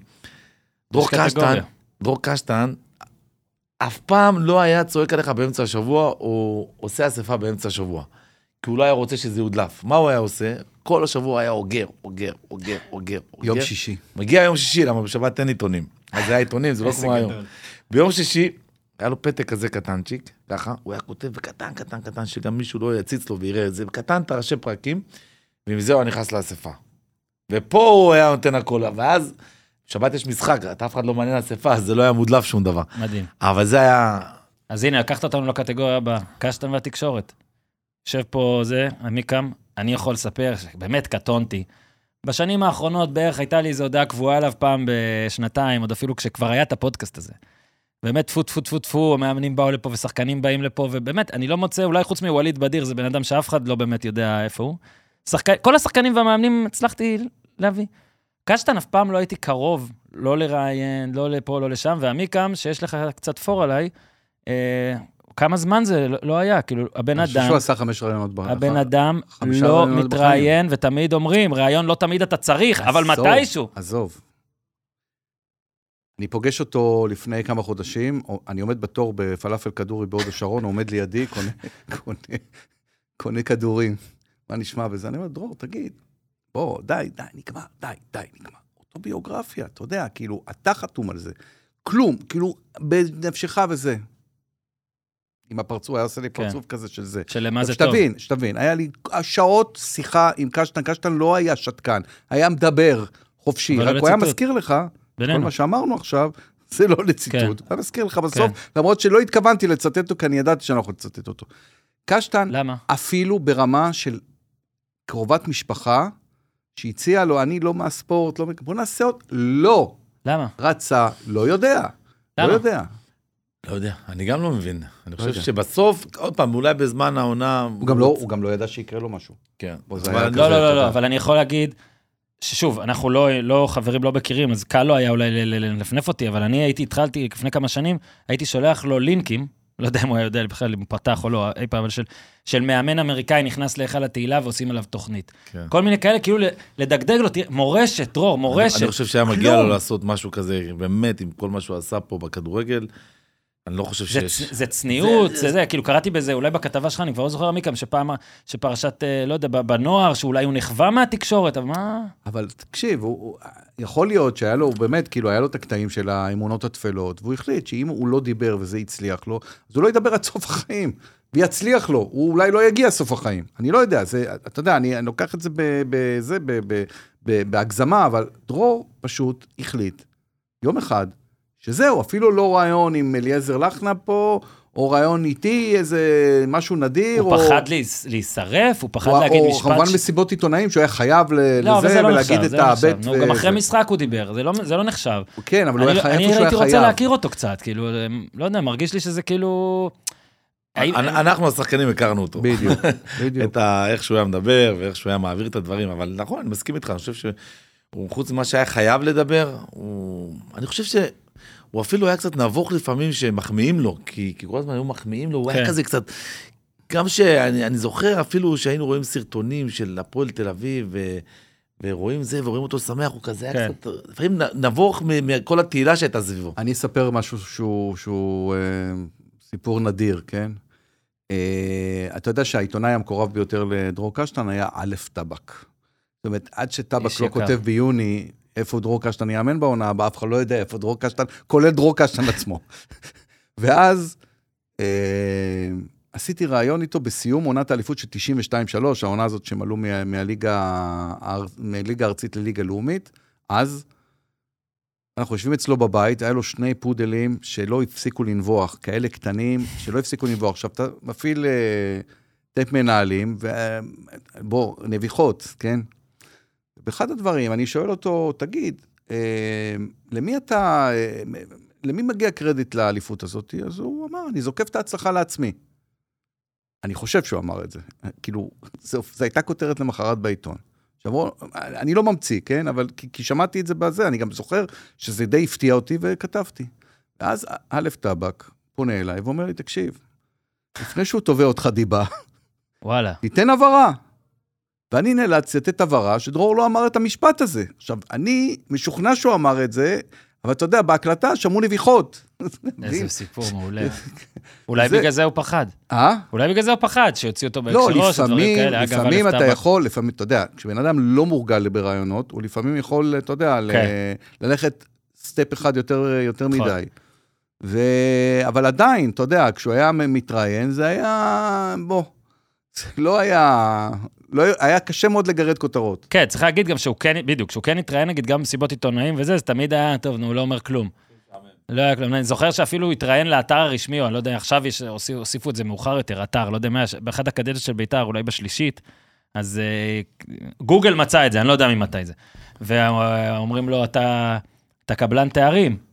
דרור קשטן, אף פעם לא היה צועק עליך באמצע השבוע, או עושה אספה באמצע השבוע, כי הוא לא היה רוצה שזה יודלף. מה הוא היה עושה? כל השבוע היה אוגר. יום שישי. מגיע יום שישי, למה בשבת אין עיתונים. אז זה היה עיתונים, זה לא כמו היום. ביום שישי, היה לו פתק כזה קטנצ'יק, ככה, הוא היה כותב בקטן, שגם מישהו לא יציץ לו ויראה את זה, בקטן תרשי פרקים, ועם זה הוא נכנס לאספה. ופה הוא היה נותן הכל, ואז, שבת יש משחק, אף אחד לא מעניין לאספה, אז זה לא היה מודלף שום דבר. מדהים. אבל זה היה... אז הנה, לקחת אותנו לקטגוריה הבאה, קשטן והתקשורת. יושב פה זה, עמיקם, אני יכול לספר, באמת קטונתי. בשנים האחרונות בערך הייתה לי איזו הודעה קבועה עליו פעם בשנתיים, עוד אפילו כשכבר היה את הפודקאסט הזה. באמת, טפו, המאמנים באו לפה ושחקנים באים לפה, ובאמת, אני לא מוצא, אולי חוץ מווליד בדיר, זה בן אדם שאף אחד לא באמת יודע איפה הוא. כל השחקנים והמאמנים הצלחתי להביא. קשטן אף פעם לא הייתי קרוב, לא לראיין, לא לפה, לא לשם, ועמיקם, שיש לך קצת פור עליי, כמה זמן זה לא היה, כאילו, הבן אני חושב אדם, שהוא עשה 5 רעיונות. הבן אדם 5 לא רעיונות מתראיין, ותמיד אומרים, רעיון לא תמיד אתה צריך, אבל מתישהו. עזוב. אני פוגש אותו לפני כמה חודשים, אני עומד בתור בפלאפל כדורי בהוד השרון, הוא עומד לידי, קונה כדורים. מה נשמע בזה? אני אומר, דרור, תגיד, בוא, די, נגמר, נגמר. אוטוביוגרפיה, אתה יודע, כאילו, אתה חתום על זה. כלום, כאילו, בנפשך וזה. עם הפרצוף, היה עושה לי פרצוף כזה של זה. שלמה זה טוב. שתבין, היה לי שעות שיחה עם קשטן לא היה שתקן, היה מדבר חופשי, רק הוא היה מזכיר לך, כל מה שאמרנו עכשיו, זה לא לציטוט, היה מזכיר לך בסוף, למרות שלא התכוונתי לצטט אותו, כי אני ידעתי שאני לא יכול לצטט אותו. קשטן, אפילו ברמה של קרובת משפחה, שהציע לו, אני לא מהספורט, בוא נעשה עוד, לא. למה? רצה, לא יודע. למה? לא יודע. לא יודע, אני גם לא מבין. אני חושב שבסוף, עוד פעם, אולי בזמן העונה... הוא גם לא ידע שיקרה לו משהו. כן. לא, אבל אני יכול להגיד, ששוב, אנחנו לא חברים לא מכירים, אז קל לא היה אולי לנפנף אותי, אבל אני התחלתי לפני כמה שנים, הייתי שולח לו לינקים, לא יודע אם הוא יודע בכלל אם הוא פתח או לא, אי פעם, אבל של מאמן אמריקאי נכנס להיכל התהילה ועושים עליו תוכנית. כל מיני כאלה, כאילו לדגדג לו, מורשת, דרור, מורשת. אני חושב שהיה מגיע לו לעשות משהו כזה, באמת, עם כל מה שהוא עשה פה בכדורגל, אני לא חושב שיש... זה צניעות, זה, כאילו קראתי בזה, אולי בכתבה שלך, אני כבר לא זוכר מכם, שפרשת, לא יודע, בנוער, שאולי הוא נחווה מהתקשורת, אבל מה? אבל תקשיב, יכול להיות שהיה לו, באמת, כאילו, היה לו את הקטעים של האמונות התפלות, והוא החליט שאם הוא לא דיבר וזה הצליח לו, אז הוא לא ידבר עד סוף החיים, ויצליח לו, הוא אולי לא יגיע סוף החיים. אני לא יודע, אתה יודע, אני לוקח את זה בהגזמה, אבל דרור פשוט החליט, יום אחד, שזהו, אפילו לא רעיון עם אליעזר לחנה פה, או רעיון איתי, איזה משהו נדיר. הוא פחד להישרף, הוא פחד להגיד משפט... או כמובן מסיבות עיתונאים, שהוא היה חייב לזה, ולהגיד את הבית. גם אחרי משחק הוא דיבר, זה לא נחשב. כן, אבל הוא היה חייב שהוא היה חייב. אני הייתי רוצה להכיר אותו קצת, כאילו, לא יודע, מרגיש לי שזה כאילו... אנחנו השחקנים הכרנו אותו. בדיוק. את איך שהוא היה מדבר, ואיך שהוא היה מעביר את הדברים, אבל נכון, אני מסכים איתך, אני חושב שהוא חוץ ממה שהיה חייב לדבר, אני חושב ש... הוא אפילו היה קצת נבוך לפעמים שמחמיאים לו, כי כל הזמן היו מחמיאים לו, הוא היה כזה קצת, גם שאני זוכר אפילו שהיינו רואים סרטונים של הפועל תל אביב, ורואים זה, ורואים אותו שמח, הוא כזה היה קצת, לפעמים נבוך מכל התהילה שהייתה סביבו. אני אספר משהו שהוא סיפור נדיר, כן? אתה יודע שהעיתונאי המקורב ביותר לדרור קשטן היה א' טבק. זאת אומרת, עד שטבק לא כותב ביוני, איפה דרור קשטן יאמן בעונה, אף אחד לא יודע איפה דרור קשטן, כולל דרור קשטן עצמו. ואז עשיתי רעיון איתו בסיום עונת האליפות של 92-3, העונה הזאת שהם עלו מליגה ארצית לליגה לאומית, אז אנחנו יושבים אצלו בבית, היה לו 2 פודלים שלא הפסיקו לנבוח, כאלה קטנים שלא הפסיקו לנבוח. עכשיו אתה מפעיל טייפ מנהלים, ובוא, נביחות, כן? באחד הדברים, אני שואל אותו, תגיד, למי מגיע קרדיט לאליפות הזאת? אז הוא אמר, אני זוקף את ההצלחה לעצמי. אני חושב שהוא אמר את זה. כאילו, זו הייתה כותרת למחרת בעיתון. עכשיו, אני לא ממציא, כן? אבל כי שמעתי את זה בזה, אני גם זוכר שזה די הפתיע אותי וכתבתי. ואז א' טבק פונה אליי ואומר לי, תקשיב, לפני שהוא תובע אותך דיבה, וואלה. תיתן עברה. ואני נאלץ לתת עברה שדרור לא אמר את המשפט הזה. עכשיו, אני משוכנע שהוא אמר את זה, אבל אתה יודע, בהקלטה שמעו נביחות. איזה סיפור מעולה. אולי בגלל זה הוא פחד. אולי בגלל זה הוא פחד, שיוציא אותו לא, לפעמים אתה יכול, לפעמים, אתה יודע, כשבן אדם לא מורגל ברעיונות, הוא לפעמים יכול, אתה יודע, ללכת סטפ אחד יותר מדי. אבל עדיין, אתה יודע, כשהוא היה מתראיין, זה היה, זה לא היה... היה קשה מאוד לגרד כותרות. כן, צריך להגיד גם שהוא כן, בדיוק, שהוא כן התראיין, נגיד, גם מסיבות עיתונאים וזה, זה תמיד היה, טוב, הוא לא אומר כלום. לא היה כלום. אני זוכר שאפילו הוא התראיין לאתר הרשמי, או אני לא יודע, עכשיו הוסיפו את זה מאוחר יותר, אתר, לא יודע מה, באחד הקדנציות של בית"ר, אולי בשלישית, אז גוגל מצא את זה, אני לא יודע ממתי זה. ואומרים לו, אתה קבלן תארים.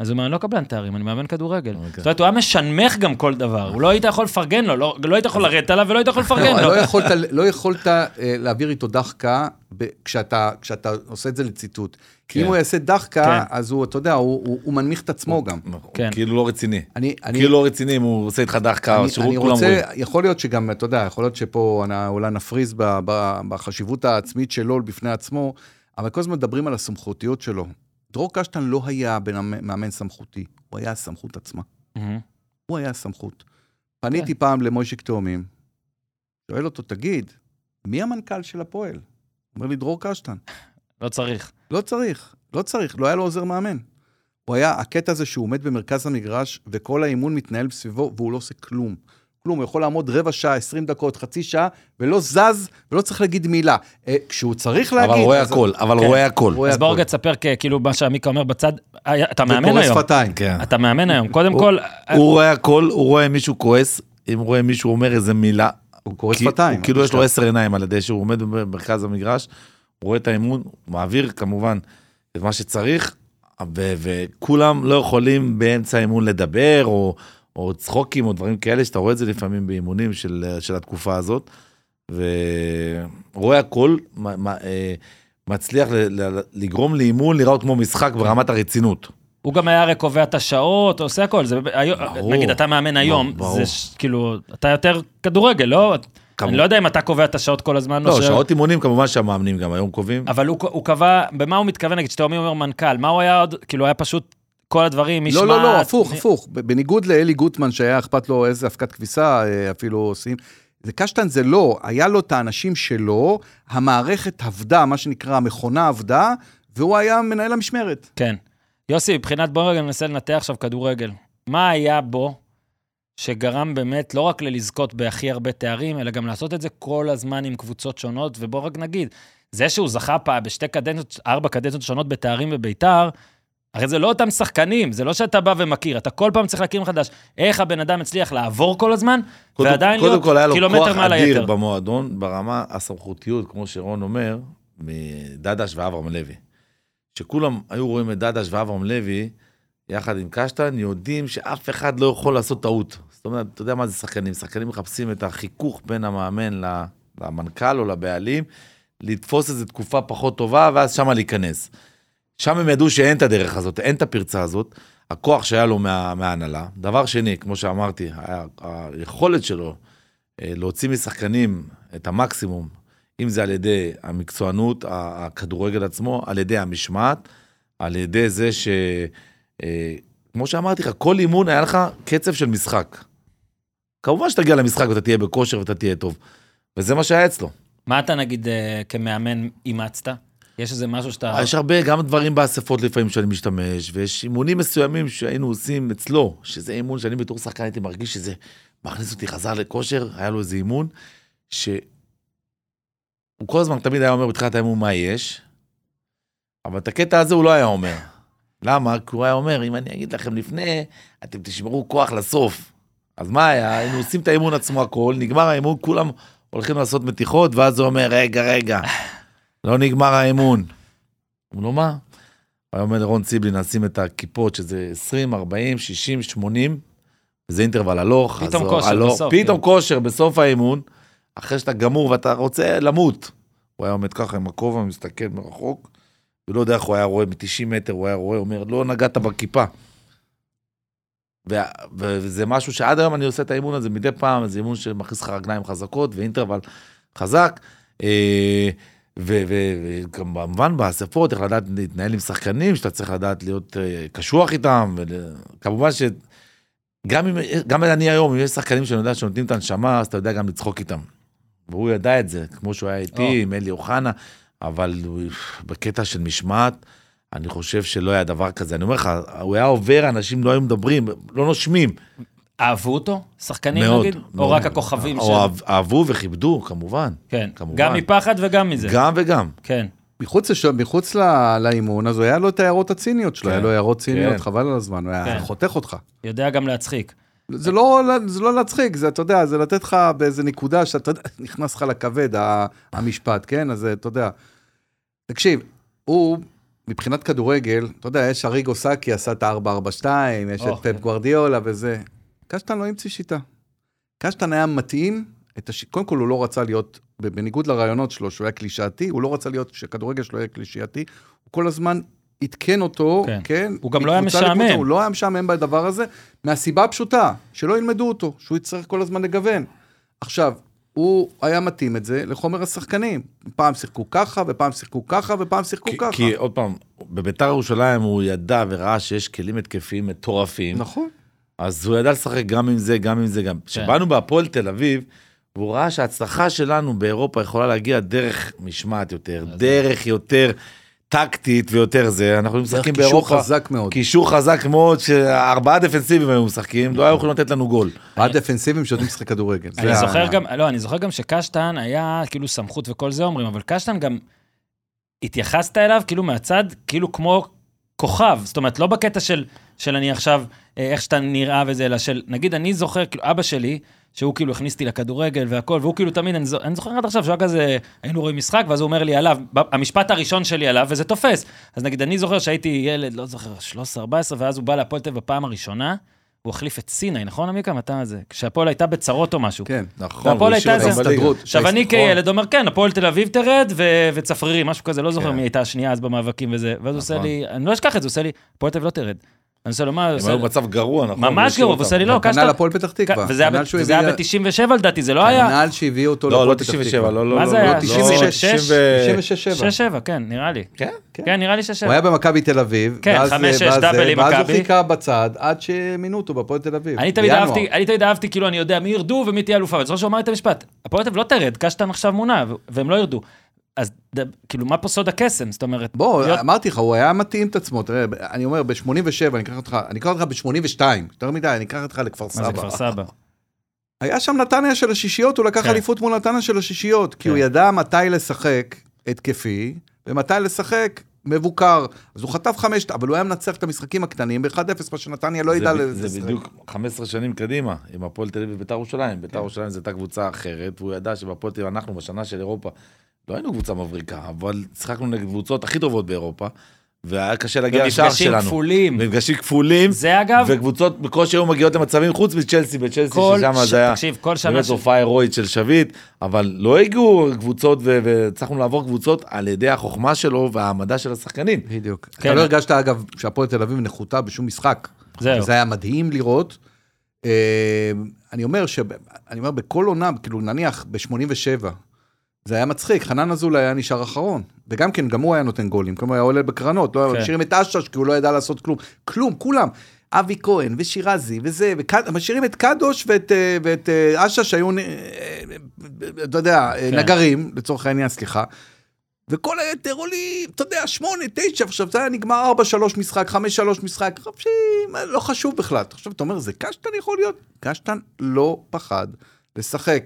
אז הוא מאמן לא קבלן תארים, אני מאמן כדורגל. זאת אומרת, הוא היה משנמך גם כל דבר, הוא לא היית יכול לפרגן לו, לא היית יכול לרדת עליו ולא היית יכול לפרגן לו. לא יכולת להעביר איתו דחקה כשאתה עושה את זה לציטוט. כי אם הוא יעשה דחקה, אז הוא, אתה יודע, הוא מנמיך את עצמו גם. כאילו לא רציני. כאילו לא רציני אם הוא עושה איתך דחקה, שירות כולם רואים. יכול להיות שגם, אתה יודע, יכול להיות שפה אולי נפריז בחשיבות העצמית שלו בפני עצמו, אבל כל הזמן מדברים על הסמכותיות שלו. דרור קשטן לא היה מאמן סמכותי, הוא היה הסמכות עצמה. הוא היה הסמכות. פניתי פעם למוישיק תאומים, שואל אותו, תגיד, מי המנכ"ל של הפועל? אומר לי, דרור קשטן. לא צריך. לא צריך, לא היה לו עוזר מאמן. הוא היה, הקטע הזה שהוא עומד במרכז המגרש, וכל האימון מתנהל בסביבו, והוא לא עושה כלום. הוא יכול לעמוד רבע שעה, 20 דקות, חצי שעה, ולא זז, ולא צריך להגיד מילה. כשהוא צריך להגיד... אבל רואה הכל. אז בוא רגע תספר, כאילו מה שעמיקה אומר בצד, אתה מאמן היום. זה קורא שפתיים. אתה מאמן היום. קודם כל... הוא רואה הכל, הוא רואה מישהו כועס, אם הוא רואה מישהו אומר איזה מילה, הוא קורא שפתיים. כאילו יש לו 10 עיניים על ידי שהוא עומד במרכז המגרש, הוא רואה את האימון, הוא מעביר כמובן את מה שצריך, וכולם לא יכולים באמצע האימון לדבר, או צחוקים, או דברים כאלה, שאתה רואה את זה לפעמים באימונים של התקופה הזאת, ורואה הכל, מצליח לגרום לאימון, לראות כמו משחק ברמת הרצינות. הוא גם היה הרי קובע את השעות, עושה הכל, נגיד אתה מאמן היום, זה כאילו, אתה יותר כדורגל, לא? אני לא יודע אם אתה קובע את השעות כל הזמן. לא, שעות אימונים כמובן שהמאמנים גם היום קובעים. אבל הוא קבע, במה הוא מתכוון, נגיד, שאתה אומר מנכ"ל, מה הוא היה עוד, כאילו היה פשוט כל הדברים, משמעת... לא, הפוך. בניגוד לאלי גוטמן, שהיה אכפת לו איזה הפקת כביסה, אפילו עושים, זה קשטן זה לא, היה לו את האנשים שלו, המערכת עבדה, מה שנקרא, המכונה עבדה, והוא היה מנהל המשמרת. כן. יוסי, מבחינת בוא רגע ננסה לנתח עכשיו כדורגל. מה היה בו שגרם באמת לא רק ללזכות בהכי הרבה תארים, אלא גם לעשות את זה כל הזמן עם קבוצות שונות, ובוא רק נגיד, זה שהוא זכה פעם בשתי קדנציות, 4 קדנציות שונות בתארים בביתר, הרי זה לא אותם שחקנים, זה לא שאתה בא ומכיר, אתה כל פעם צריך להכיר מחדש, איך הבן אדם הצליח לעבור כל הזמן, ועדיין להיות קילומטר מעל היתר. קודם כל היה לו כוח אדיר במועדון, ברמה הסמכותיות, כמו שרון אומר, מדדש ואברהם לוי. שכולם היו רואים את דדש ואברהם לוי, יחד עם קשטן, יודעים שאף אחד לא יכול לעשות טעות. זאת אומרת, אתה יודע מה זה שחקנים? שחקנים מחפשים את החיכוך בין המאמן למנכ"ל או לבעלים, לתפוס איזו תקופה פחות טובה, ואז שמה להיכנס. שם הם ידעו שאין את הדרך הזאת, אין את הפרצה הזאת, הכוח שהיה לו מההנהלה. דבר שני, כמו שאמרתי, היכולת שלו להוציא משחקנים את המקסימום, אם זה על ידי המקצוענות, הכדורגל עצמו, על ידי המשמעת, על ידי זה ש... כמו שאמרתי לך, כל אימון היה לך קצב של משחק. כמובן שתגיע למשחק ואתה תהיה בכושר ואתה תהיה טוב. וזה מה שהיה אצלו. מה אתה נגיד כמאמן אימצת? יש איזה משהו שאתה... יש הרבה גם דברים באספות לפעמים שאני משתמש, ויש אימונים מסוימים שהיינו עושים אצלו, שזה אימון שאני בתור שחקן הייתי מרגיש שזה מכניס אותי חזר לכושר, היה לו איזה אימון, שהוא כל הזמן תמיד היה אומר בתחילת האימון מה יש, אבל את הקטע הזה הוא לא היה אומר. למה? כי הוא היה אומר, אם אני אגיד לכם לפני, אתם תשמרו כוח לסוף. אז מה היה? היינו עושים את האימון עצמו הכל, נגמר האימון, כולם הולכים לעשות מתיחות, ואז הוא אומר, רגע, לא נגמר האימון. הוא לא מה? הוא היה אומר לרון ציבלין, נשים את הכיפות, שזה 20, 40, 60, 80, וזה אינטרוול הלוך. פתאום כושר בסוף. פתאום כושר בסוף האימון, אחרי שאתה גמור ואתה רוצה למות. הוא היה עומד ככה עם הכובע, מסתכל מרחוק, ולא יודע איך הוא היה רואה, מ-90 מטר הוא היה רואה, אומר, לא נגעת בכיפה. וזה משהו שעד היום אני עושה את האימון הזה מדי פעם, זה אימון שמכניס לך רגליים חזקות, ואינטרוול חזק, וכמובן באספות, איך לדעת להתנהל עם שחקנים, שאתה צריך לדעת להיות קשוח איתם, וכמובן גם אני היום, אם יש שחקנים שאני יודע שנותנים את הנשמה, אז אתה יודע גם לצחוק איתם. והוא ידע את זה, כמו שהוא היה איתי, עם אלי אוחנה, אבל בקטע של משמעת, אני חושב שלא היה דבר כזה. אני אומר לך, הוא היה עובר, אנשים לא היו מדברים, לא נושמים. אהבו אותו? שחקנים נגיד? או רק הכוכבים? אהבו וכיבדו, כמובן. כן, גם מפחד וגם מזה. גם וגם. כן. מחוץ לאימון, אז הוא היה לו את ההערות הציניות שלו, היה לו הערות ציניות, חבל על הזמן, הוא היה חותך אותך. יודע גם להצחיק. זה לא להצחיק, זה, אתה יודע, זה לתת לך באיזה נקודה שאתה נכנס לך לכבד, המשפט, כן? אז אתה יודע, תקשיב, הוא מבחינת כדורגל, אתה יודע, יש אריגו סאקי, עשה את ה-4-4-2, יש את פפ גוארדיולה וזה. קשטן לא המציא שיטה. קשטן היה מתאים, קודם כל הוא לא רצה להיות, בניגוד לרעיונות שלו, שהוא היה קלישאתי, הוא לא רצה להיות, שכדורגל שלו היה קלישאתי, הוא כל הזמן התקן אותו, כן? הוא גם לא היה משעמם. הוא לא היה משעמם בדבר הזה, מהסיבה הפשוטה, שלא ילמדו אותו, שהוא יצטרך כל הזמן לגוון. עכשיו, הוא היה מתאים את זה לחומר השחקנים. פעם שיחקו ככה, ופעם שיחקו ככה, ופעם שיחקו ככה. כי עוד פעם, בביתר ירושלים הוא ידע וראה שיש כלים התקפיים מטורפים. נכון. אז הוא ידע לשחק גם עם זה, גם עם זה, גם. כשבאנו בהפועל תל אביב, והוא ראה שההצלחה שלנו באירופה יכולה להגיע דרך משמעת יותר, דרך יותר טקטית ויותר זה. אנחנו משחקים באירופה. קישור חזק מאוד. קישור חזק מאוד, ש4 דפנסיבים היו משחקים, לא היו יכולים לתת לנו גול. 4 דפנסיבים שיודעים לשחק כדורגל. אני זוכר גם שקשטן היה כאילו סמכות וכל זה אומרים, אבל קשטן גם התייחסת אליו כאילו מהצד, כאילו כמו כוכב, זאת אומרת, לא בקטע של אני עכשיו, איך שאתה נראה וזה, אלא של, נגיד, אני זוכר, כאילו, אבא שלי, שהוא כאילו הכניסתי לכדורגל והכל, והוא כאילו תמיד, אני זוכר עד עכשיו, שהוא כזה, היינו רואים משחק, ואז הוא אומר לי עליו, המשפט הראשון שלי עליו, וזה תופס. אז נגיד, אני זוכר שהייתי ילד, לא זוכר, 13-14, ואז הוא בא להפועל תל אביב בפעם הראשונה, הוא החליף את סיני, נכון עמיקה? מתי זה? כשהפועל הייתה בצרות או משהו. כן, נכון. והפועל הייתה איזה הסתדרות. עכשיו אני כילד אומר, כן, הפועל תל אביב תרד וצפרירי, משהו כזה, לא זוכר מי הייתה השנייה אז במאבקים וזה. ואז הוא עושה לי, אני לא אשכח את זה, הוא עושה לי, הפועל תל אביב לא תרד. אני עושה לו מה, הם היו במצב גרוע, נכון? ממש גרוע, הוא עושה לי לא, קשטן לפועל פתח תקווה. וזה היה ב-97 לדעתי, זה לא היה. הנעל שהביא אותו לפועל פתח תקווה. לא, מה זה היה? 96-7. כן, נראה לי. כן? כן, נראה לי 6-7. הוא היה במכבי תל אביב, כן, 5-6 דאבל עם מכבי. ואז הוא חיכה בצד עד שמינו אותו בפועל תל אביב. אני תמיד אהבתי, כאילו אני יודע מי ירדו ומי תהיה אלופה, וזוכר שהוא אמר את המשפט, הפועל תל אביב לא תרד, קשטן עכשיו מונה, והם לא ירדו. אז כאילו, מה פה סוד הקסם? זאת אומרת... בוא, אמרתי לך, הוא היה מתאים את עצמו, תראה, אני אומר, ב-87, אני אקרא אותך ב-82, יותר מדי, אני אקרא אותך לכפר סבא. מה זה כפר סבא? היה שם נתניה של השישיות, הוא לקח אליפות מול נתניה של השישיות, כי הוא ידע מתי לשחק התקפי, ומתי לשחק מבוקר. אז הוא חטף 5, אבל הוא היה מנצח את המשחקים הקטנים, ב-1-0, מה שנתניה לא ידע לשחק. זה בדיוק 15 שנים קדימה, עם הפועל תל אביב וביתר ירושלים. ביתר ירושלים זו הייתה קבוצה אחרת, והוא ידע שבפועל תל אביב אנחנו בשנה של אירופה לא היינו קבוצה מבריקה, אבל שיחקנו נגד קבוצות הכי טובות באירופה, והיה קשה להגיע לשער שלנו. ומפגשים כפולים. זה אגב. וקבוצות בקושי היו מגיעות למצבים, חוץ מצ'לסי, ששם זה היה באמת הופעה הירואית של שביט, אבל לא הגיעו קבוצות, וצריכנו לעבור קבוצות על ידי החוכמה שלו והעמדה של השחקנים. בדיוק. אתה לא הרגשת אגב שהפועל תל אביב נחותה בשום משחק. זה היה מדהים לראות. אני אומר בכל עונה, כאילו נניח ב-87, זה היה מצחיק, חנן אזולאי היה נשאר אחרון, וגם כן, גם הוא היה נותן גולים, כמו היה עולה בקרנות, לא משאירים את אשש, כי הוא לא ידע לעשות כלום, כולם, אבי כהן ושירזי וזה, משאירים את קדוש ואת אשש, היו, אתה יודע, נגרים, לצורך העניין, סליחה, וכל היתר עולים, אתה יודע, 8, 9, עכשיו זה היה נגמר 4-3 משחק, 5-3 משחק, לא חשוב בכלל, עכשיו אתה אומר, זה קשטן יכול להיות? קשטן לא פחד לשחק,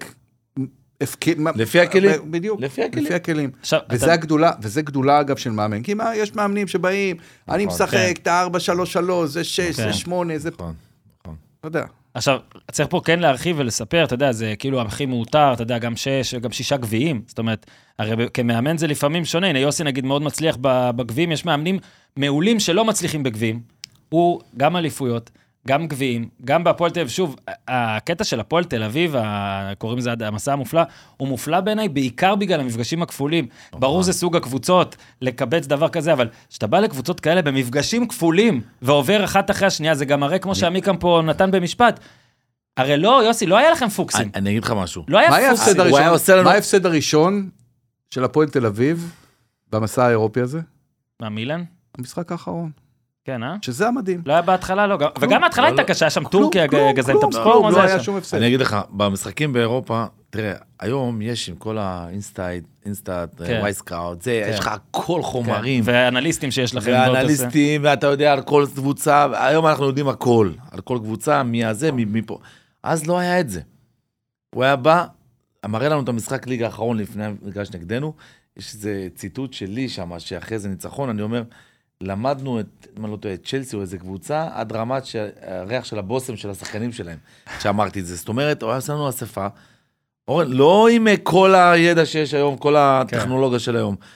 לפי הכלים. בדיוק, לפי הכלים. וזה גדולה אגב של מאמן, כי יש מאמנים שבאים, אני משחק את ה-4-3-3, זה 6, זה 8, זה... אתה יודע. עכשיו, צריך פה כן להרחיב ולספר, אתה יודע, זה כאילו הכי מאותר, אתה יודע, גם 6, גם 6 גביעים, זאת אומרת, הרי כמאמן זה לפעמים שונה, הנה יוסי נגיד מאוד מצליח בגביעים, יש מאמנים מעולים שלא מצליחים בגביעים, הוא גם אליפויות, גם גביעים, גם בהפועל תל אביב, שוב, הקטע של הפועל תל אביב, קוראים לזה המסע המופלא, הוא מופלא בעיניי בעיקר בגלל המפגשים הכפולים. ברור זה סוג הקבוצות, לקבץ דבר כזה, אבל כשאתה בא לקבוצות כאלה במפגשים כפולים, ועובר אחת אחרי השנייה, זה גם הרי כמו שעמיקם פה נתן במשפט, הרי לא, יוסי, לא היה לכם פוקסים. אני אגיד לך משהו. לא היה פוקסים. מה ההפסד הראשון של הפועל תל אביב, במסע האירופי הזה? מה, מילאן? המשחק האחרון. כן, שזה המדהים. לא היה בהתחלה, לא. וגם ההתחלה הייתה קשה, שם טורקיה גזל את הבספור, מה זה היה היה שם? שום הפסד. אני אגיד לך, במשחקים באירופה, תראה, היום יש עם כל האינסטאט, וייסקראוט, זה, יש לך כל חומרים. ואנליסטים שיש לכם. ואנליסטים, ואתה יודע על כל קבוצה, היום אנחנו יודעים הכל, על כל קבוצה, מי הזה, מי פה. אז לא היה את זה. הוא היה בא, מראה לנו את המשחק ליגה האחרון לפני המגרש נגדנו, יש איזה ציטוט שלי שם, שאחרי זה ניצחון, אני אומר, למדנו את צ'לסי או איזה קבוצה, עד רמת הריח של הבוסם של השחקנים שלהם, שאמרתי את זה. זאת אומרת, הוא היה עושה לנו אספה, לא עם כל הידע שיש היום, כל הטכנולוגיה של היום.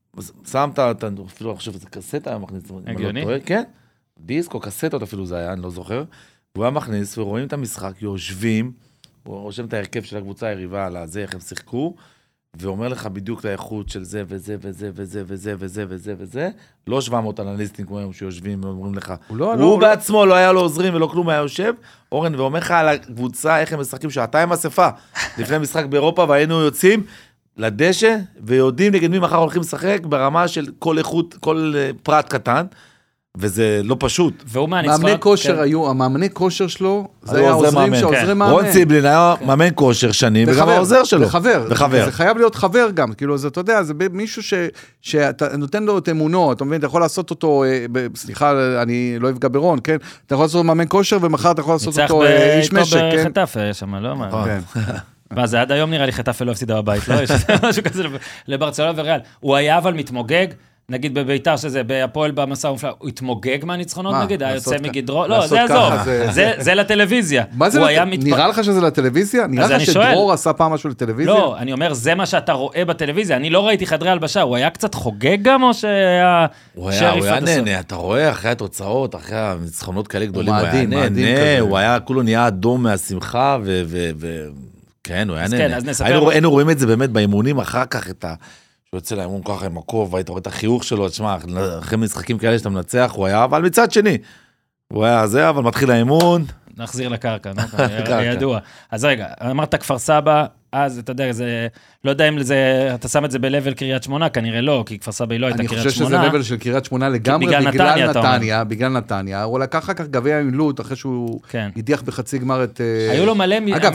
שמת, אפילו עכשיו זה קסטה, היה מכניס, הגיוני? כן, דיסק או קסטות אפילו זה היה, אני לא זוכר, והוא היה מכניס, ורואים את המשחק, יושבים, הוא רושם את ההרכב של הקבוצה היריבה על הזה, איך הם שיחקו, ואומר לך בדיוק את האיכות של זה וזה וזה וזה וזה וזה וזה וזה, לא 700 אנליסטים כמו היום שיושבים ואומרים לך, הוא בעצמו לא היה לו עוזרים ולא כלום, היה יושב, אורן, ואומר לך על הקבוצה, איך הם משחקים שעתיים אספה, לפני משחק באירופה, והיינו יוצאים לדשא, ויודעים נגד מי מחר הולכים לשחק, ברמה של כל איכות, כל פרט קטן, וזה לא פשוט. מאמני כושר היו, המאמני כושר שלו, זה היה עוזרים שעוזרי מאמן. רון ציבלין היה מאמן כושר שנים, וגם העוזר שלו. וחבר. זה חייב להיות חבר גם, כאילו, זה, אתה יודע, זה מישהו שאתה נותן לו את אמונו, אתה מבין, אתה יכול לעשות אותו, סליחה, אני לא אפגע ברון, כן? אתה יכול לעשות מאמן כושר, ומחר אתה יכול לעשות אותו איש משק, כן? ניצח בחטף, שם, לא מה? מה, זה עד היום נראה לי חטף ולא הפסידה בבית, לא? יש משהו כזה לברצלונה וריאל. הוא היה אבל מתמוגג, נגיד בביתר שזה, בהפועל במסע ומפלא, הוא התמוגג מהניצחונות נגיד, היה יוצא מגדרו, לא, זה עזוב, זה לטלוויזיה. מה זה, נראה לך שזה לטלוויזיה? נראה לך שדרור עשה פעם משהו לטלוויזיה? לא, אני אומר, זה מה שאתה רואה בטלוויזיה, אני לא ראיתי חדרי הלבשה, הוא היה קצת חוגג גם, או שהיה שריף? הוא היה נהנה, אתה רואה אחרי התוצאות, אחרי הניצחונות כאלה גדולים, הוא היה נהנה, הוא היה כולו נהיה אדום מהשמחה, כן, הוא היה נהנה. היינו רואים את זה באמת באימונים אחר כך, את שהוא יוצא לאמון ככה עם הכובע, והיית רואה את החיוך שלו, תשמע, אחרי משחקים כאלה שאתה מנצח, הוא היה, אבל מצד שני, הוא היה זה, אבל מתחיל האמון. נחזיר לקרקע, ידוע. אז רגע, אמרת כפר סבא, אז אתה יודע, זה, לא יודע אם זה, אתה שם את זה בלבל קריית שמונה, כנראה לא, כי כפר סבא היא לא הייתה קריית שמונה. אני חושב שזה לבל של קריית שמונה לגמרי, בגלל נתניה, הוא לקח אחר כך גביע עם לוט, אחרי שהוא הדיח בחצי גמר את... היו לו מלא... אגב,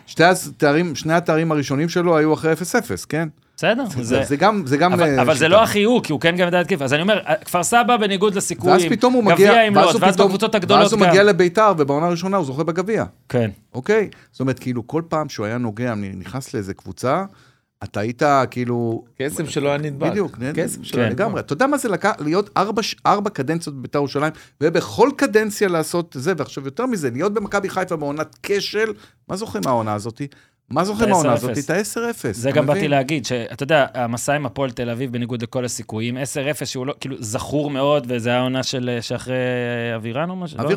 שני התארים הראשונים שלו היו אחרי 0-0, כן? בסדר, זה גם אבל זה לא החיוך, כי הוא כן גם ידע להתקיף. אז אני אומר, כפר סבא בניגוד לסיכויים, ואז פתאום הוא מגיע, ואז בקבוצות הגדולות, ואז הוא מגיע לביתר, ובעונה הראשונה הוא זוכה בגביע. כן. אוקיי? זאת אומרת, כאילו, כל פעם שהוא היה נוגע, נכנס לאיזה קבוצה, אתה היית כאילו... קסם שלו היה נדבק. בדיוק, לגמרי. אתה יודע מה זה להיות 4 קדנציות בביתר ירושלים, ובכל קדנציה לעשות זה, ועכשיו יותר מזה, להיות במכבי חיפה בעונת כשל, מה זוכרים מהעונה הזאת? מה זוכרים מהעונה הזאת? את ה-10-0. זה גם באתי להגיד, שאתה יודע, המסע עם הפועל תל אביב, בניגוד לכל הסיכויים, 10-0 שהוא לא, כאילו, זכור מאוד, וזה העונה שאחרי אבירן או משהו?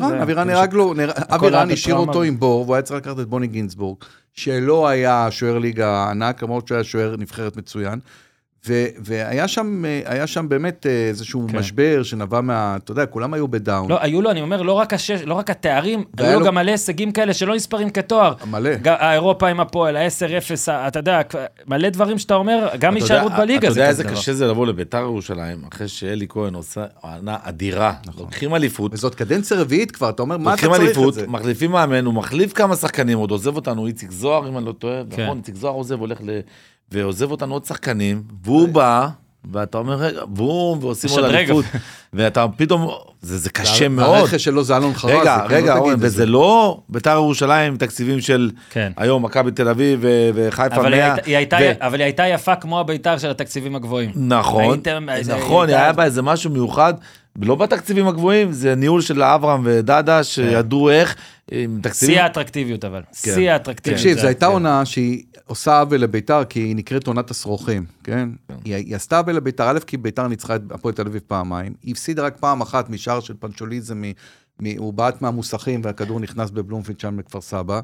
אבירן השאיר אותו עם בור, והוא היה צריך לקחת את בוני גינסבורג, שלא היה שוער ליגה ענק, למרות שהוא היה שוער נבחרת מצוין, והיה שם באמת איזשהו משבר שנבע אתה יודע, כולם היו בדאון. לא, היו לו, אני אומר, לא רק התארים, היו לו גם מלא הישגים כאלה שלא נספרים כתואר. מלא. האירופה עם הפועל, ה-10-0, אתה יודע, מלא דברים שאתה אומר, גם הישארות בליגה. אתה יודע איזה קשה זה לבוא לביתר ירושלים, אחרי שאלי כהן עושה עונה אדירה, לוקחים אליפות. וזאת קדנציה רביעית כבר, אתה אומר, מה אתה צריך את זה? מחליפים מאמן, הוא מחליף כמה שחקנים, עוד עוזב אותנו, איציק זוהר, אם אני לא טועה, נכון, איציק זוהר עוזב, הולך ועוזב אותנו עוד שחקנים, והוא בא, ואתה אומר, רגע, בום, ועושים עוד אליפות, ואתה פתאום, זה קשה מאוד. הרכש שלו זה אלון חרזי. רגע, וזה לא ביתר ירושלים, תקציבים של היום, מכבי תל אביב וחיפה 100. אבל היא הייתה יפה כמו הביתר של התקציבים הגבוהים. נכון, היה בה איזה משהו מיוחד, לא בתקציבים הגבוהים, זה ניהול של אברהם ודדה, שידעו איך, שיא האטרקטיביות אבל, שיא האטרקטיביות. תקשיב, זו הייתה עונה שהיא עושה עוול לביתר, כי היא נקראת עונת הסרוכים, כן? היא עשתה עוול לביתר, א', כי ביתר ניצחה את הפועל תל אביב פעמיים, היא הפסידה רק פעם אחת משער של פנצ'וליזם, הוא בעט מהמוסכים, והכדור נכנס בבלומפילד שם בכפר סבא,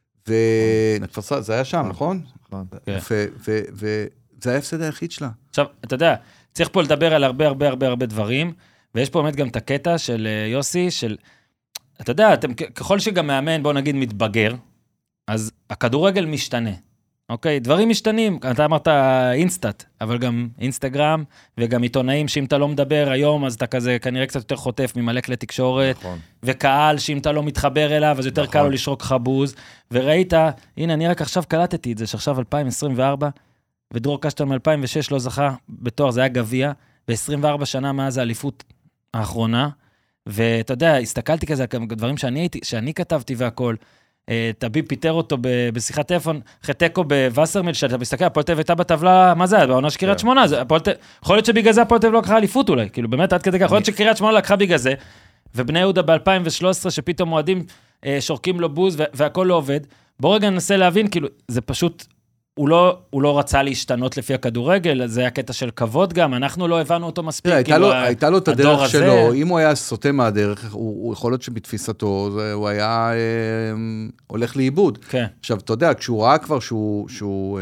זה היה שם, נכון? וזה היה הפסד היחיד שלה. עכשיו, אתה יודע, צריך פה לדבר על הרבה דברים, ויש פה באמת גם את הקטע של יוסי, של, אתה יודע, ככל שגם מאמן, בוא נגיד, מתבגר, אז הכדורגל משתנה, אוקיי? דברים משתנים, אתה אמרת אינסטאט, אבל גם אינסטגרם, וגם עיתונאים שאם אתה לא מדבר היום, אז אתה כזה כנראה קצת יותר חוטף ממלא כלי תקשורת, נכון. וקהל שאם אתה לא מתחבר אליו, אז יותר קל לו לשרוק חבוז, וראית, הנה, אני רק עכשיו קלטתי את זה, שעכשיו 2024, ודרור קשטן מ-2006 לא זכה בתואר, זה היה גביע, ב-24 שנה מאז האליפות האחרונה, ואתה יודע, הסתכלתי כזה, דברים שאני כתבתי והכל, טביב פיטר אותו בשיחת טלפון, חטקו בווסרמיל, שאתה מסתכל, הפועל תל אביב הייתה בטבלה, מה זה? בעונה של קריית שמונה, יכול להיות שבגלל זה הפועל תל אביב לא לקחה אליפות אולי, כאילו באמת עד כדי כך, יכול להיות שקריית שמונה לקחה בגלל זה, ובני יהודה ב-2013, שפתאום מועדים שורקים לו בוז, והכל לא עובד, בוא רגע ננסה להבין, כאילו, זה פשוט, הוא לא רצה להשתנות לפי הכדורגל, זה היה קטע של כבוד גם, אנחנו לא הבנו אותו מספיק. הייתה לו את הדרך שלו, אם הוא היה סוטה מהדרך, הוא יכול להיות שבתפיסתו, הוא היה הולך לאיבוד. עכשיו, אתה יודע, כשהוא ראה כבר שהוא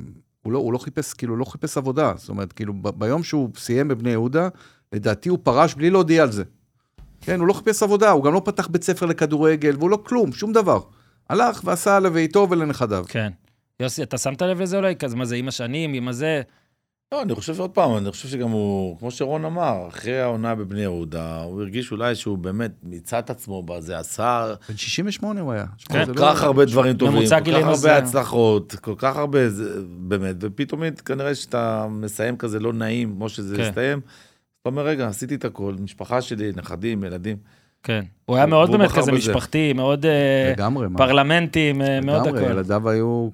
לא חיפש, כאילו, לא חיפש עבודה, זאת אומרת, כאילו, ביום שהוא סיים בבני יהודה, לדעתי הוא פרש בלי להודיע על זה. כן, הוא לא חיפש עבודה, הוא גם לא פתח בית ספר לכדורגל, והוא לא כלום, שום דבר. הלך ועשה לביתו ולנכדיו. כן. יוסי, אתה שמת לב לזה אולי? כזה, מה זה, עם השנים, עם הזה? לא, אני חושב שעוד פעם, אני חושב שגם הוא, כמו שרון אמר, אחרי העונה בבני יהודה, הוא הרגיש אולי שהוא באמת מיצה את עצמו בזה, עשה... בן 68 הוא היה. כל כך הרבה דברים טובים, כל כך הרבה הצלחות, כל כך הרבה, באמת, ופתאום כנראה שאתה מסיים כזה לא נעים, כמו שזה הסתיים, אתה אומר, רגע, עשיתי את הכל, משפחה שלי, נכדים, ילדים. כן, הוא היה מאוד באמת כזה משפחתי, מאוד פרלמנטי, מאוד הכל. ילדיו היו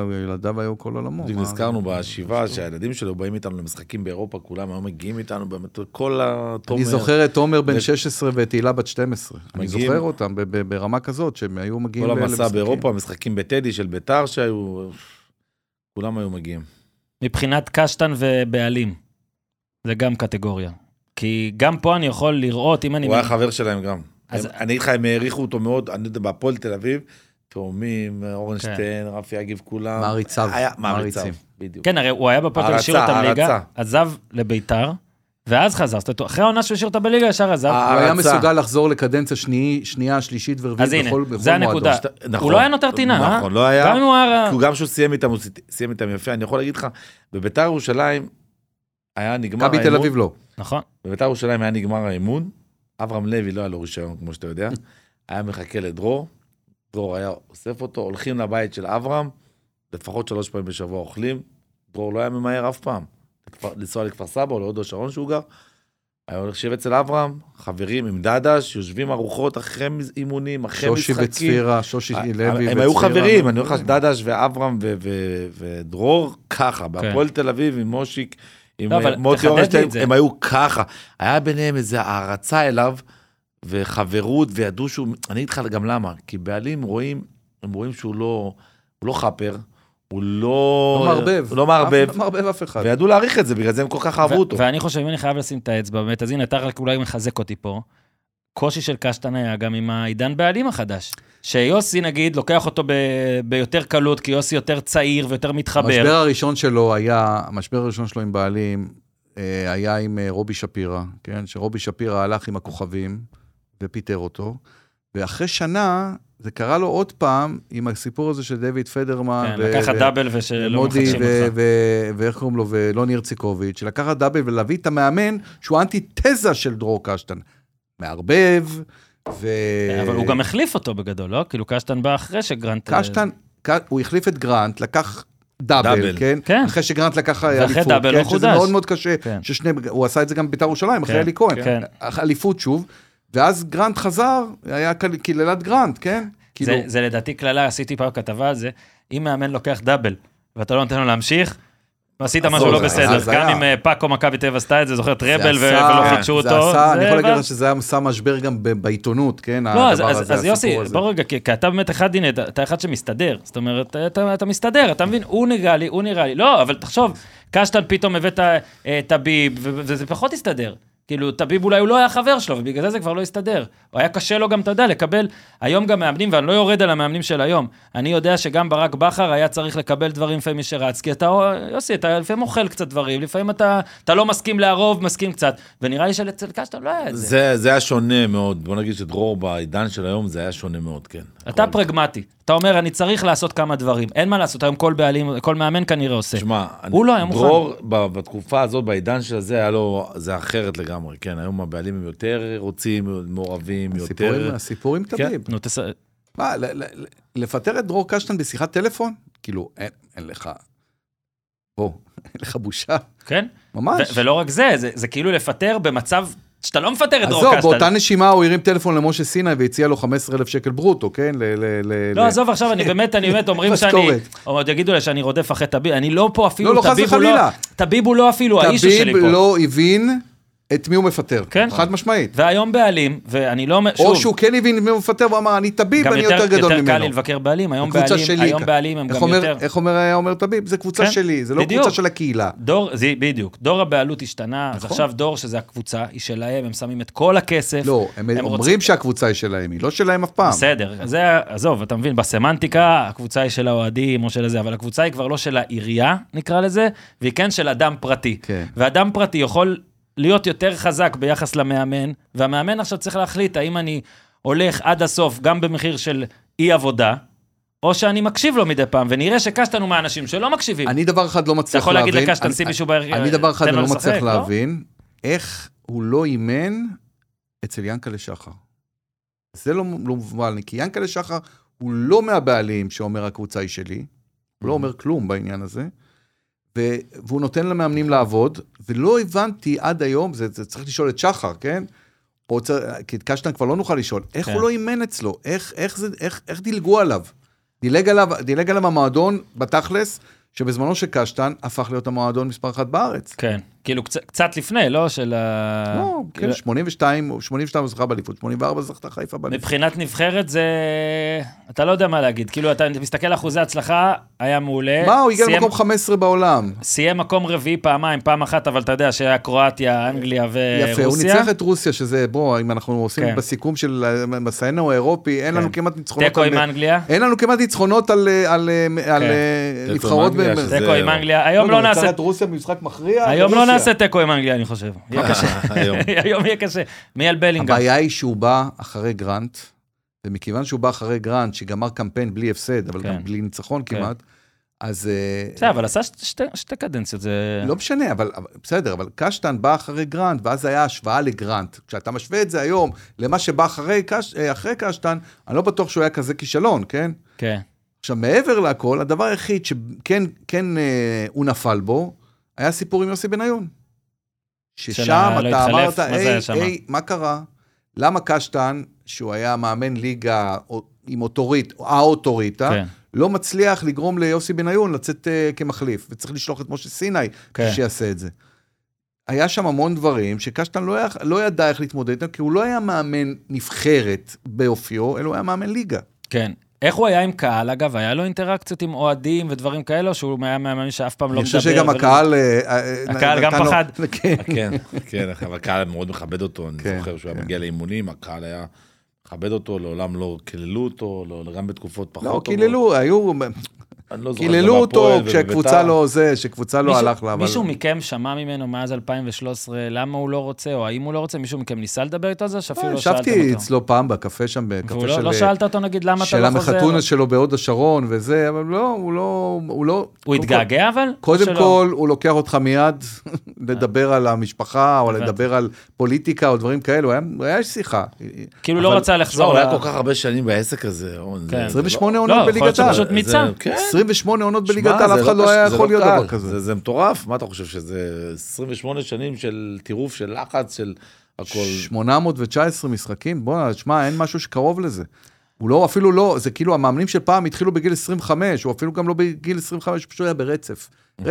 כל עולמו. נזכרנו בשבעה שהילדים שלו באים איתנו למשחקים באירופה, כולם היו מגיעים איתנו, באמת כל התומר. אני זוכר את תומר בן 16 ותהילה בת 12. אני זוכר אותם ברמה כזאת, שהם היו מגיעים כל המסע באירופה, משחקים בטדי של ביתר שהיו, כולם היו מגיעים. מבחינת קשטן ובעלים, זה גם קטגוריה. כי גם פה אני יכול לראות, אם אני... הוא היה חבר שלהם גם. אני איתך, הם העריכו אותו מאוד, אני יודע, בהפועל תל אביב, תאומים, אורנשטיין, רפי אגיב, כולם. מעריצים. בדיוק. כן, הרי הוא היה בפועל תל השאיר אותם ליגה, עזב לביתר, ואז חזר. אחרי העונה שהוא השאיר אותה בליגה, ישר עזב. הוא היה מסוגל לחזור לקדנציה שנייה, שלישית ורביעית בכל מועדון. זה הנקודה. הוא לא היה נותר טינה, נכון, לא היה. גם שהוא סיים איתם יפה, אני יכול להגיד לך, בביתר ירושלים היה נגמר מכבי תל אביב לא. נכון. בביתר ירושלים היה נגמר האימון, אברהם לוי לא היה לו רישיון, כמו שאתה יודע, היה מחכה לדרור, דרור היה אוסף אותו, הולכים לבית של אברהם, לפחות 3 פעמים בשבוע אוכלים, דרור לא היה ממהר אף פעם, לנסוע לכפר סבא או להוד השרון שהוא גר, היה הולך לשבת אצל אברהם, חברים עם דדש, יושבים ארוחות אחרי אימונים, אחרי משחקים. שושי וצפירה, שושי לוי וצפירה. הם היו חברים, אני אומר לך, דדש ואברהם ודרור ככה, בהפועל תל אביב עם מושיק, עם מוטי אורנשטיין, הם היו ככה. היה ביניהם איזו הערצה אליו, וחברות, וידעו שהוא, אני אגיד לך גם למה, כי בעלים הם רואים שהוא לא חפר, הוא לא מערבב אף אחד. וידעו להעריך את זה, בגלל זה הם כל כך אהבו אותו. ואני חושב, אם אני חייב לשים את האצבע, באמת, אז הנה, אתה רק אולי מחזק אותי פה, קושי של קשטן היה גם עם העידן בעלים החדש. שיוסי, נגיד, לוקח אותו ביותר קלות, כי יוסי יותר צעיר ויותר מתחבר. המשבר הראשון שלו עם בעלים, היה עם רובי שפירה, כן? שרובי שפירה הלך עם הכוכבים, ופיטר אותו, ואחרי שנה, זה קרה לו עוד פעם, עם הסיפור הזה של דיוויד פדרמן, כן, לקחת דאבל ושלא מחדשים אותך. ואיך קוראים לו, ולא נרציקוביץ', שלקחת דאבל ולהביא את המאמן, שהוא אנטי-תזה של דרור קשטן. מערבב, אבל הוא גם החליף אותו בגדול, לא? כאילו קשטן בא אחרי שגרנט... הוא החליף את גרנט, לקח דאבל, כן? אחרי שגרנט לקח אליפות, דאבל לא חודש. שזה מאוד מאוד קשה, הוא עשה את זה גם בבית"ר ירושלים, אחרי אלי כהן, אליפות שוב, ואז גרנט חזר, היה קללת גרנט, כן? זה לדעתי כללה, עשיתי פעם כתבה על זה, אם מאמן לוקח דאבל, ואתה לא נותן לו להמשיך, עשית משהו לא בסדר, גם אם פאקו מכבי תל אביב עשתה את זה, זוכר טראבל ולא חידשו אותו. אני יכול להגיד לך שזה היה עשה משבר גם בעיתונות, כן? לא, אז יוסי, בוא רגע, כי אתה באמת אחד, הנה, אתה אחד שמסתדר, זאת אומרת, אתה מסתדר, אתה מבין, הוא נראה לי, לא, אבל תחשוב, קשטן פתאום הבאת טביב, וזה פחות הסתדר. כאילו, טביב אולי הוא לא היה חבר שלו, ובגלל זה כבר לא הסתדר. הוא היה קשה לו גם, אתה יודע, לקבל, היום גם מאמנים, ואני לא יורד על המאמנים של היום. אני יודע שגם ברק בכר היה צריך לקבל דברים לפעמים מי שרץ, כי אתה, יוסי, אתה לפעמים אוכל קצת דברים, לפעמים אתה לא מסכים לערוב, מסכים קצת, ונראה לי שלצל קשטן לא היה את זה. זה היה שונה מאוד, בוא נגיד שדרור בעידן של היום, זה היה שונה מאוד, כן. אתה פרגמטי. אתה אומר, אני צריך לעשות כמה דברים. אין מה לעשות, היום כל בעלים, כל מאמן כנראה עושה. שמה, הוא לא היה מוכן. דרור, בתקופה הזאת, בעידן של זה, היה לו, זה אחרת לגמרי, כן. היום הבעלים הם יותר רוצים, מעורבים, יותר... הסיפור עם טביב. לפטר את דרור קשטן בשיחת טלפון? כאילו, אין לך... בוא, אין לך בושה. כן. ממש. ולא רק זה, זה כאילו לפטר במצב... שאתה לא מפטר את דרור קשטן. עזוב, באותה נשימה הוא הרים טלפון למשה סיני והציע לו 15,000 שקל ברוטו, כן? לא, עזוב, עכשיו אני באמת אומרים שאני, או יגידו לי שאני רודף אחרי טביב, אני לא פה אפילו, לא, חס וחלילה. טביב הוא לא אפילו האיש שלי פה. טביב לא הבין את מי הוא מפטר, כן. חד משמעית. והיום בעלים, ואני לא... או שהוא כן הבין מי הוא מפטר, והוא אמר, אני טביב, אני יותר גדול ממנו. גם יותר קל לבקר בעלים, היום בעלים הם גם יותר... איך אומר טביב? זה קבוצה שלי, זה לא קבוצה של הקהילה. בדיוק, דור הבעלות השתנה, אז עכשיו דור שזה הקבוצה, היא שלהם, הם שמים את כל הכסף. לא, הם אומרים שהקבוצה היא שלהם, היא לא שלהם אף פעם. בסדר, עזוב, אתה מבין, בסמנטיקה, הקבוצה היא של האוהדים או של זה, אבל הקבוצה היא כבר לא של העירייה, נקרא לזה, והיא כן של אדם פרטי. ואדם פרטי יכול להיות יותר חזק ביחס למאמן, והמאמן עכשיו צריך להחליט האם אני הולך עד הסוף גם במחיר של אי עבודה, או שאני מקשיב לו מדי פעם, ונראה שקשטן הוא מהאנשים שלא מקשיבים. אני דבר אחד לא מצליח להבין. אתה יכול להבין. להגיד לקשטן, שים מישהו בהרכב. אני דבר אחד לא מצליח להבין, איך הוא לא אימן אצל ינקלה שחר. זה לא מובן לי, כי ינקלה שחר הוא לא מהבעלים שאומר הקבוצה היא שלי, הוא לא אומר כלום בעניין הזה, והוא נותן למאמנים לעבוד, ולא הבנתי עד היום, זה צריך לשאול את שחר, כן? כי את קשטן כבר לא נוכל לשאול, איך הוא לא אימן אצלו? איך דילגו עליו? דילג עליו המועדון בתכלס, שבזמנו שקשטן הפך להיות המועדון מספר 1 בארץ. כן, כאילו קצת לפני, לא של ה... לא, כן, 82 זכה באליפות, 84 זכתה חיפה באליפות. מבחינת נבחרת זה... אתה לא יודע מה להגיד, כאילו אתה מסתכל אחוזי הצלחה, היה מעולה. מה, הוא הגיע למקום 15 בעולם. סיים מקום רביעי פעם אחת, אבל אתה יודע שהיה קרואטיה, אנגליה ורוסיה. יפה, הוא ניצח את רוסיה, שזה, בוא, אם אנחנו עושים בסיכום של מסענו האירופי, אין לנו כמעט ניצחונות... תיקו עם אנגליה. אין לנו כמעט ניצחונות על נבחרות. תיקו עם אנגליה. היום לא נעשה... היום לא נעשה תיקו עם אנגליה, אני חושב. יהיה קשה. היום יהיה קשה. מי על בלינגהאם? הבעיה היא שהוא בא אחרי גרנט, ומכיוון שהוא בא אחרי גרנט, שגמר קמפיין בלי הפסד, אבל גם בלי ניצחון כמעט, אז... בסדר, אבל עשה שתי קדנציות, זה... לא משנה, אבל בסדר, אבל קשטן בא אחרי גרנט, ואז היה השוואה לגרנט. כשאתה משווה את זה היום למה שבא אחרי קשטן, אני לא בטוח שהוא היה כזה כישלון, כן? כן. עכשיו, מעבר לכל, הדבר היחיד שכן הוא נפל בו, היה סיפור עם יוסי בניון. ששם אתה אמרת, היי, מה קרה? למה קשטן, שהוא היה מאמן ליגה עם האוטוריטה, לא מצליח לגרום ליוסי בניון לצאת כמחליף, וצריך לשלוח את משה סיני שיעשה את זה. היה שם המון דברים שקשטן לא ידע איך להתמודד, כי הוא לא היה מאמן נבחרת באופיו, אלא הוא היה מאמן ליגה. כן. איך הוא היה עם קהל, אגב? היה לו אינטראקציות עם אוהדים ודברים כאלה, או שהוא היה מאמין שאף פעם לא מדבר? אני חושב שגם הקהל... הקהל גם פחד. כן, אבל הקהל מאוד מכבד אותו, אני זוכר שהוא היה מגיע לאימונים, הקהל היה מכבד אותו, לעולם לא כללו אותו, גם בתקופות פחות טובות. לא, כללו, היו... כללו אותו כשקבוצה לא זה, שקבוצה לא הלך לה. מישהו מכם שמע ממנו מאז 2013, למה הוא לא רוצה, או האם הוא לא רוצה, מישהו מכם ניסה לדבר איתו על זה, שאפילו לא שאלתם אותו. ישבתי אצלו פעם בקפה שם, בקפה של... לא שאלת אותו, נגיד, למה אתה של לא חוזר? המחתונה שלו בהוד השרון וזה, אבל לא, הוא לא... הוא התגעגע אבל? קודם כל, הוא לוקח אותך מיד לדבר על המשפחה, או לדבר על פוליטיקה, או דברים כאלו, היה שיחה. כאילו לא רצה לחזור. הוא היה כל כך הרבה שנים בעסק הזה. 28 עונות בליגת העל. 28 עונות בליגת העל, אף אחד לא היה יכול להיות דבר כזה. זה מטורף, מה אתה חושב שזה 28 שנים של טירוף, של לחץ, של הכל. 819 משחקים, בוא, תשמע, אין משהו שקרוב לזה. הוא לא, אפילו לא, זה כאילו המאמנים של פעם התחילו בגיל 25, או אפילו גם לא בגיל 25, פשוט היה ברצף.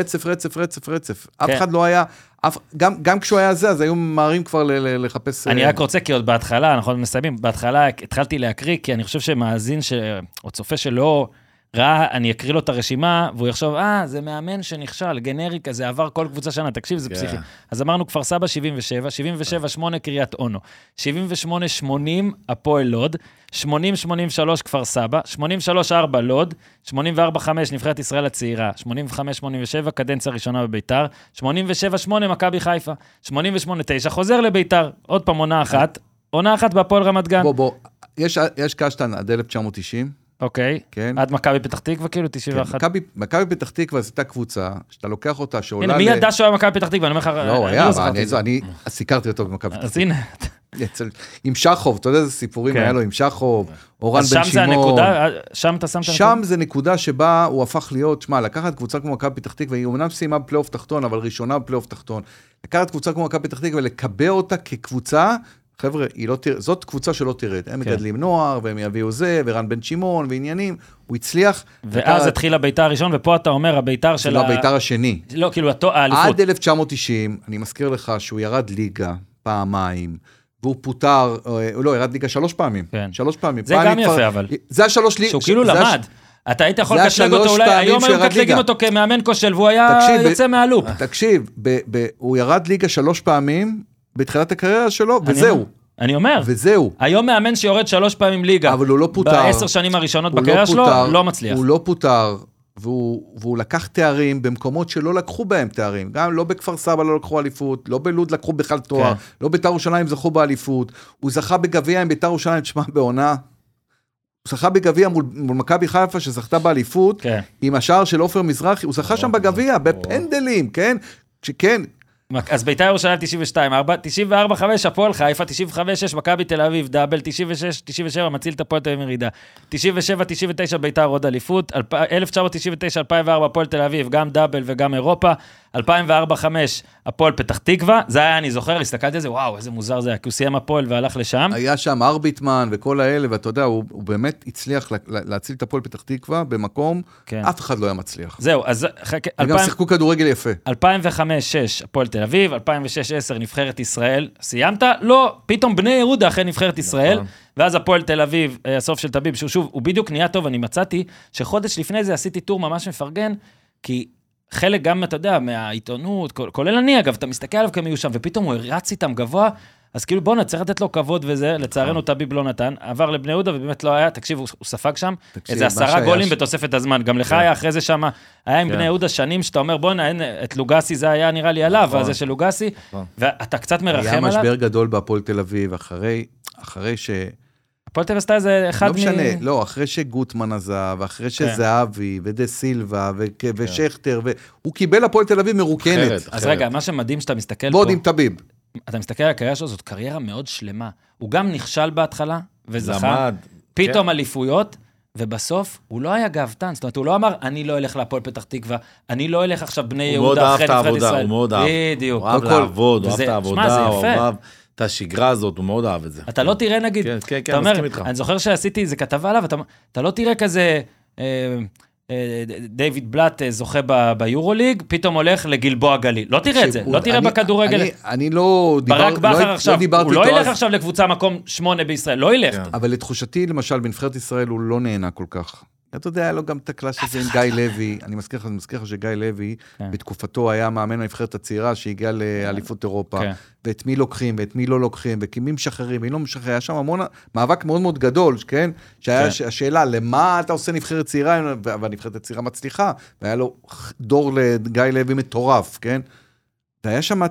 רצף. אף אחד לא היה, גם כשהוא היה זה, אז היו מערים כבר לחפש... אני רק רוצה, כי עוד בהתחלה, אנחנו מסיימים, בהתחלה התחלתי להקריא, כי אני חושב שמאזין או צופה שלא ראה, אני אקריא לו את הרשימה, והוא יחשוב, זה מאמן שנכשל, גנריקה, זה עבר כל קבוצה שנה, תקשיב, זה פסיכי. אז אמרנו, כפר סבא 77, 8 קריית אונו, 78, 80 הפועל לוד, 80, 83 כפר סבא, 83, 4 לוד, 84, 5 נבחרת ישראל הצעירה, 85, 87 קדנציה ראשונה בביתר, 87, 8 מכבי חיפה, 88, 9 חוזר לביתר, עוד פעם עונה אחת בהפועל רמת גן. בוא, יש קשטן עד 1990, אוקיי, עד מכבי פתח תקווה, כאילו 91. מכבי פתח תקווה, זו הייתה קבוצה, שאתה לוקח אותה, שעולה... מי ידע שהוא היה מכבי פתח תקווה? לא, היה, אני סיקרתי אותו במכבי פתח תקווה. אז הנה. עם שחוב, אתה יודע איזה סיפורים היה לו עם שחוב, אורן בן שמעון. שם אתה שם את הנקודה? שם זה נקודה שבה הוא הפך להיות, שמה, לקחת קבוצה כמו מכבי פתח תקווה, היא אומנם סיימה בפלייאוף תחתון, אבל ראשונה בפלייאוף תחתון. לקחת קבוצה כמו מכבי פתח תקווה ולקבע אותה כקבוצה, חבר'ה, זאת קבוצה שלא תרד. הם מגדלים נוער, והם יביאו זה, ורן בן שמעון, ועניינים. הוא הצליח. ואז התחיל הביתר הראשון, ופה אתה אומר, הביתר של... זה לא הביתר השני. לא, כאילו, האליפות. עד 1990, אני מזכיר לך שהוא ירד ליגה, פעמיים, והוא פוטר, לא, ירד ליגה 3 פעמים. כן. 3 פעמים. זה גם יפה, אבל. זה השלוש ליגה. שהוא כאילו למד. אתה היית יכול לקטלג אותו, אולי היום היו מקטלגים אותו כמאמן כושל, והוא היה יוצא מהלופ. תקשיב, הוא ירד ליגה 3 פעמים, בתחילת הקריירה שלו, וזהו. אני אומר, וזהו. היום מאמן שיורד 3 פעמים ליגה, אבל הוא לא פוטר. ב10 שנים הראשונות בקריירה שלו, לא מצליח. הוא לא פוטר, והוא לקח תארים במקומות שלא לקחו בהם תארים. גם לא בכפר סבא לא לקחו אליפות, לא בלוד לקחו בכלל תואר, לא בית"ר ירושלים זכו באליפות. הוא זכה בגביע עם בית"ר ירושלים, תשמע בעונה. הוא זכה בגביע מול מכבי חיפה שזכתה באליפות, עם השער של עופר מזרחי, הוא זכה שם בגביע, בפנדלים, כן? שכן. אז בית"ר ירושלים 94-5, הפועל חיפה, 95-6, מכבי תל אביב, דאבל, 96-97, מציל את הפועל תל אביב מרידה. 97-99, בית"ר עוד אליפות, 1999-2004, הפועל תל אביב, גם דאבל וגם אירופה, 2004-2005, הפועל פתח תקווה, זה היה, אני זוכר, הסתכלתי על זה, וואו, איזה מוזר זה היה, כי הוא סיים הפועל והלך לשם. היה שם ארביטמן וכל האלה, ואתה יודע, הוא באמת הצליח להציל את הפועל פתח תקווה במקום, אף אחד לא היה מצליח. זהו, אז... וגם שיחקו כדורגל יפה. 2005-2006, הפועל תל אביב, 2006-2010, נבחרת ישראל, סיימת? לא, פתאום בני יהודה אחרי נבחרת ישראל, ואז הפועל תל אביב, הסוף של טביב, שהוא שוב, הוא בדיוק נהיה טוב, אני מצאתי שחודש לפני זה עשיתי טור ממש מפרגן, כי חלק גם, אתה יודע, מהעיתונות, כולל אני אגב, אתה מסתכל עליו כמיושם, ופתאום הוא רץ איתם גבוה, אז כאילו בוא נצטרך לתת לו כבוד וזה, לצערנו טביב לא נתן, עבר לבני יהודה ובאמת לא היה, תקשיב, הוא ספג שם, איזה 10 גולים בתוספת הזמן, גם לך היה אחרי זה שם, היה עם בני יהודה שנים שאתה אומר, בוא נעין, את לוגסי זה היה נראה לי עליו, הזה של לוגסי, ואתה קצת מרחם עליו. היה משבר גדול בהפועל תל אביב, אחרי ש... הפועל תל אביב עשתה איזה אחד לא משנה, לא, אחרי שגוטמן עזב, אחרי שזהבי ודה סילבה ושכטר, הוא קיבל הפועל תל אביב מרוקנת. אז רגע, מה שמדהים שאתה מסתכל פה... בוא עם טביב. אתה מסתכל על הקריירה שלו, זאת קריירה מאוד שלמה. הוא גם נכשל בהתחלה, וזכה, פתאום אליפויות, ובסוף הוא לא היה גאוותן, זאת אומרת, הוא לא אמר, אני לא אלך להפועל פתח תקווה, אני לא אלך עכשיו בני יהודה אחרי נבחרת ישראל. הוא מאוד אהב, בדיוק. הוא אהב לעבוד, הוא אהב את העבודה, הוא אהב את השגרה הזאת, הוא מאוד אהב את זה. אתה לא תראה נגיד, אתה אומר, אני זוכר שעשיתי איזה כתבה עליו, אתה לא תראה כזה... דיוויד בלאט זוכה ביורוליג, פתאום הולך לגלבוע גליל. לא תראה את זה, לא תראה בכדורגל. אני לא ברק בכר עכשיו, הוא לא ילך עכשיו לקבוצה מקום 8 בישראל, לא ילך. אבל לתחושתי, למשל, בנבחרת ישראל הוא לא נהנה כל כך. אתה יודע, היה לו גם את הקלאס הזה עם גיא לוי, אני מזכיר לך שגיא לוי, בתקופתו היה מאמן הנבחרת הצעירה שהגיע לאליפות אירופה, ואת מי לוקחים, ואת מי לא לוקחים, וכמי משחררים, מי לא משחרר, היה שם המון, מאבק מאוד מאוד גדול, כן? שהיה השאלה, למה אתה עושה נבחרת צעירה, והנבחרת הצעירה מצליחה, והיה לו דור לגיא לוי מטורף, כן? והיה שם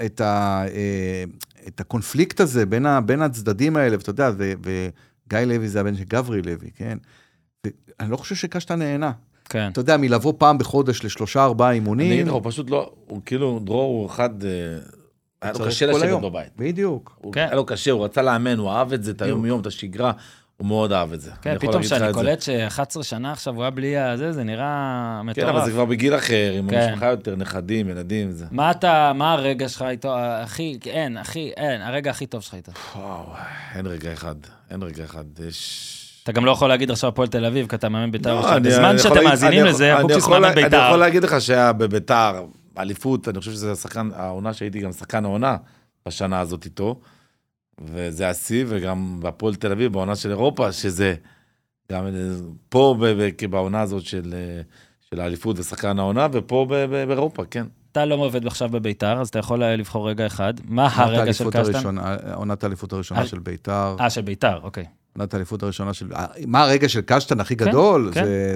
את הקונפליקט הזה בין הצדדים האלה, ואתה יודע, וגיא לוי זה הבן של גברי לוי, כן? אני לא חושב שקשת נהנה. כן. אתה יודע, מלבוא פעם בחודש ל3-4 אימונים. אני אגיד לך, הוא פשוט לא, הוא כאילו, דרור הוא אחד, היה לו קשה לשבת בבית. בדיוק. היה לו קשה, הוא רצה לאמן, הוא אהב את זה, את היום-יום, את השגרה, הוא מאוד אהב את זה. כן, פתאום שאני קולט ש11 שנה עכשיו הוא היה בלי הזה, זה נראה מטורף. כן, אבל זה כבר בגיל אחר, עם המשפחה יותר, נכדים, ילדים, זה. מה הרגע שלך איתו, אחי, אין, הרגע הכי טוב שלך איתו. וואו, אין רגע אחד, אתה גם לא יכול להגיד עכשיו הפועל תל אביב, כי אתה מאמן בית"ר. בזמן שאתם מאזינים לזה, אבוקסיס מאמן בית"ר. אני יכול להגיד לך שהיה בבית"ר, אליפות, אני חושב שזה השחקן, העונה שהייתי גם שחקן העונה בשנה הזאת איתו, וזה השיא, וגם בהפועל תל אביב, בעונה של אירופה, שזה גם פה בעונה הזאת של האליפות ושחקן העונה, ופה באירופה, כן. אתה לא עובד עכשיו בבית"ר, אז אתה יכול לבחור רגע אחד. מה הרגע של קשטן? עונת האליפות הראשונה של בית"ר. של בית"ר, אוקיי. עונת האליפות הראשונה של... מה הרגע של קשטן הכי גדול?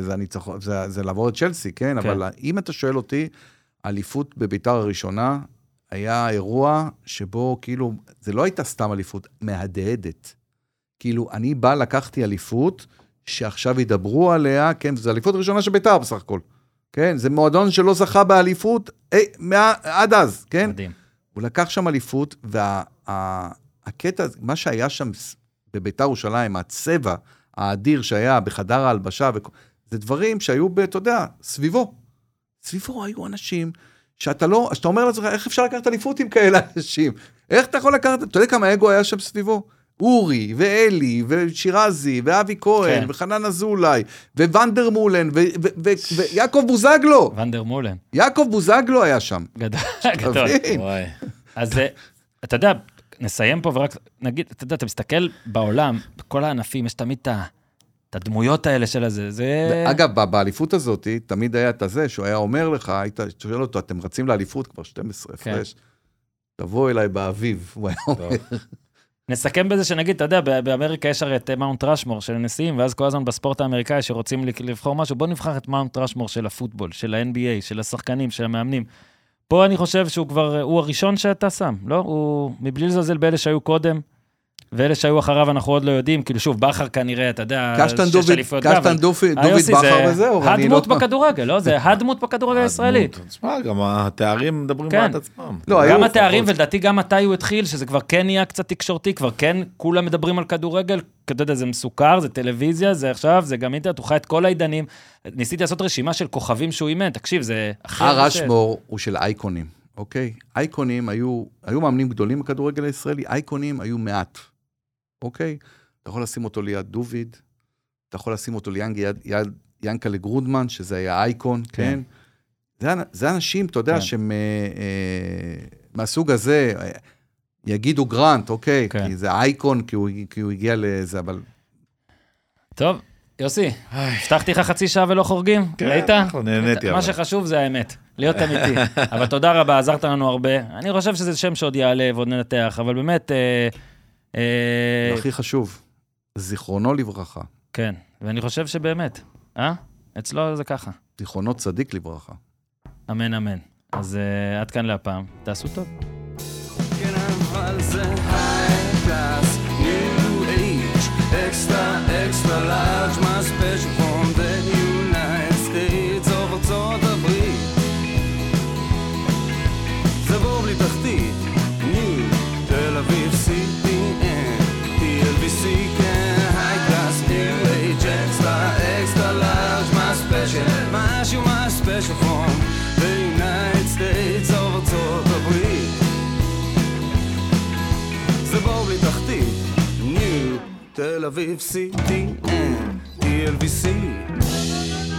זה לעבור את צ'לסי, כן? אבל אם אתה שואל אותי, האליפות בבית"ר הראשונה היה אירוע שבו כאילו, זה לא הייתה סתם אליפות, מהדהדת. כאילו, אני בא, לקחתי אליפות, שעכשיו ידברו עליה, כן? זו אליפות ראשונה של בית"ר בסך הכל. כן? זה מועדון שלא זכה באליפות, עד אז, כן? מדהים. הוא לקח שם אליפות, והקטע, מה שהיה שם בבית"ר ירושלים, הצבע האדיר שהיה בחדר ההלבשה, זה דברים שהיו, אתה יודע, סביבו היו אנשים, שאתה אומר לעצמך, איך אפשר לקחת אליפות עם כאלה אנשים? איך אתה יכול לקחת, אתה יודע כמה אגו היה שם סביבו? אורי, ואלי, ושירזי, ואבי כהן, וחנן אזולאי, וונדר מולן, ויעקב בוזגלו. וונדר מולן. יעקב בוזגלו היה שם. גדול. אז אתה יודע, נסיים פה ורק נגיד, אתה יודע, אתה מסתכל בעולם, בכל הענפים, יש תמיד את הדמויות האלה של הזה, זה... אגב, באליפות הזאת, תמיד היה את הזה, שהוא היה אומר לך, היית שואל אותו, אתם רצים לאליפות כבר 12 הפרש, תבוא אליי באביב, הוא היה אומר. נסכם בזה שנגיד, אתה יודע, באמריקה יש הרי את מאונט רשמור של הנשיאים, ואז כל הזמן בספורט האמריקאי שרוצים לבחור משהו, בוא נבחר את מאונט רשמור של הפוטבול, של ה-NBA, של השחקנים, של המאמנים. פה אני חושב שהוא כבר, הוא הראשון שאתה שם, לא? הוא מבלי לזלזל באלה שהיו קודם, ואלה שהיו אחריו אנחנו עוד לא יודעים, כאילו שוב, בכר כנראה, אתה יודע, קשטן דוביד בכר וזהו. הדמות בכדורגל, לא? זה הדמות בכדורגל הישראלי. תשמע, גם התארים מדברים בעד עצמם. גם התארים, ולדעתי גם מתי הוא התחיל, שזה כבר כן נהיה קצת תקשורתי, כבר כן כולם מדברים על כדורגל, אתה יודע, זה מסוכר, זה טלוויזיה, זה עכשיו, זה גם אינטרנט, הוא חי את כל העידנים. ניסיתי לעשות רשימה של כוכבים שהוא אימן, תקשיב, זה... הרשמור הוא של אייקונים, אוקיי? אייקונים היו מאמנים גדולים בכדורגל הישראלי, אייקונים היו מעט. אוקיי? אתה יכול לשים אותו ליד דוביד, אתה יכול לשים אותו ליד ינקלה גרודמן, שזה היה אייקון, כן? זה אנשים, אתה יודע, שהם מהסוג הזה, יגידו גרנט, אוקיי? כי זה אייקון, כי הוא הגיע לזה, אבל... טוב, יוסי, הבטחתי לך חצי שעה ולא חורגים, ראית? נהניתי. מה שחשוב זה האמת, להיות אמיתי. אבל תודה רבה, עזרת לנו הרבה. אני חושב שזה שם שעוד יעלה ועוד ננתח, אבל באמת... הכי חשוב, זיכרונו לברכה. כן, ואני חושב שבאמת, אצלו זה ככה. זיכרונו צדיק לברכה. אמן, אמן. אז עד כאן להפעם, תעשו טוב. כן, אבל זה high class, new age, extra large, my special from the United States of ארצות הברית. זה בור בלי תחתית, new, תל אביב, CPN, TLBC, כן, high class, new age, extra large, my special from the United States of ארצות הברית. זה בור בלי תחתית, new, תל אביב, CPN, TLBC.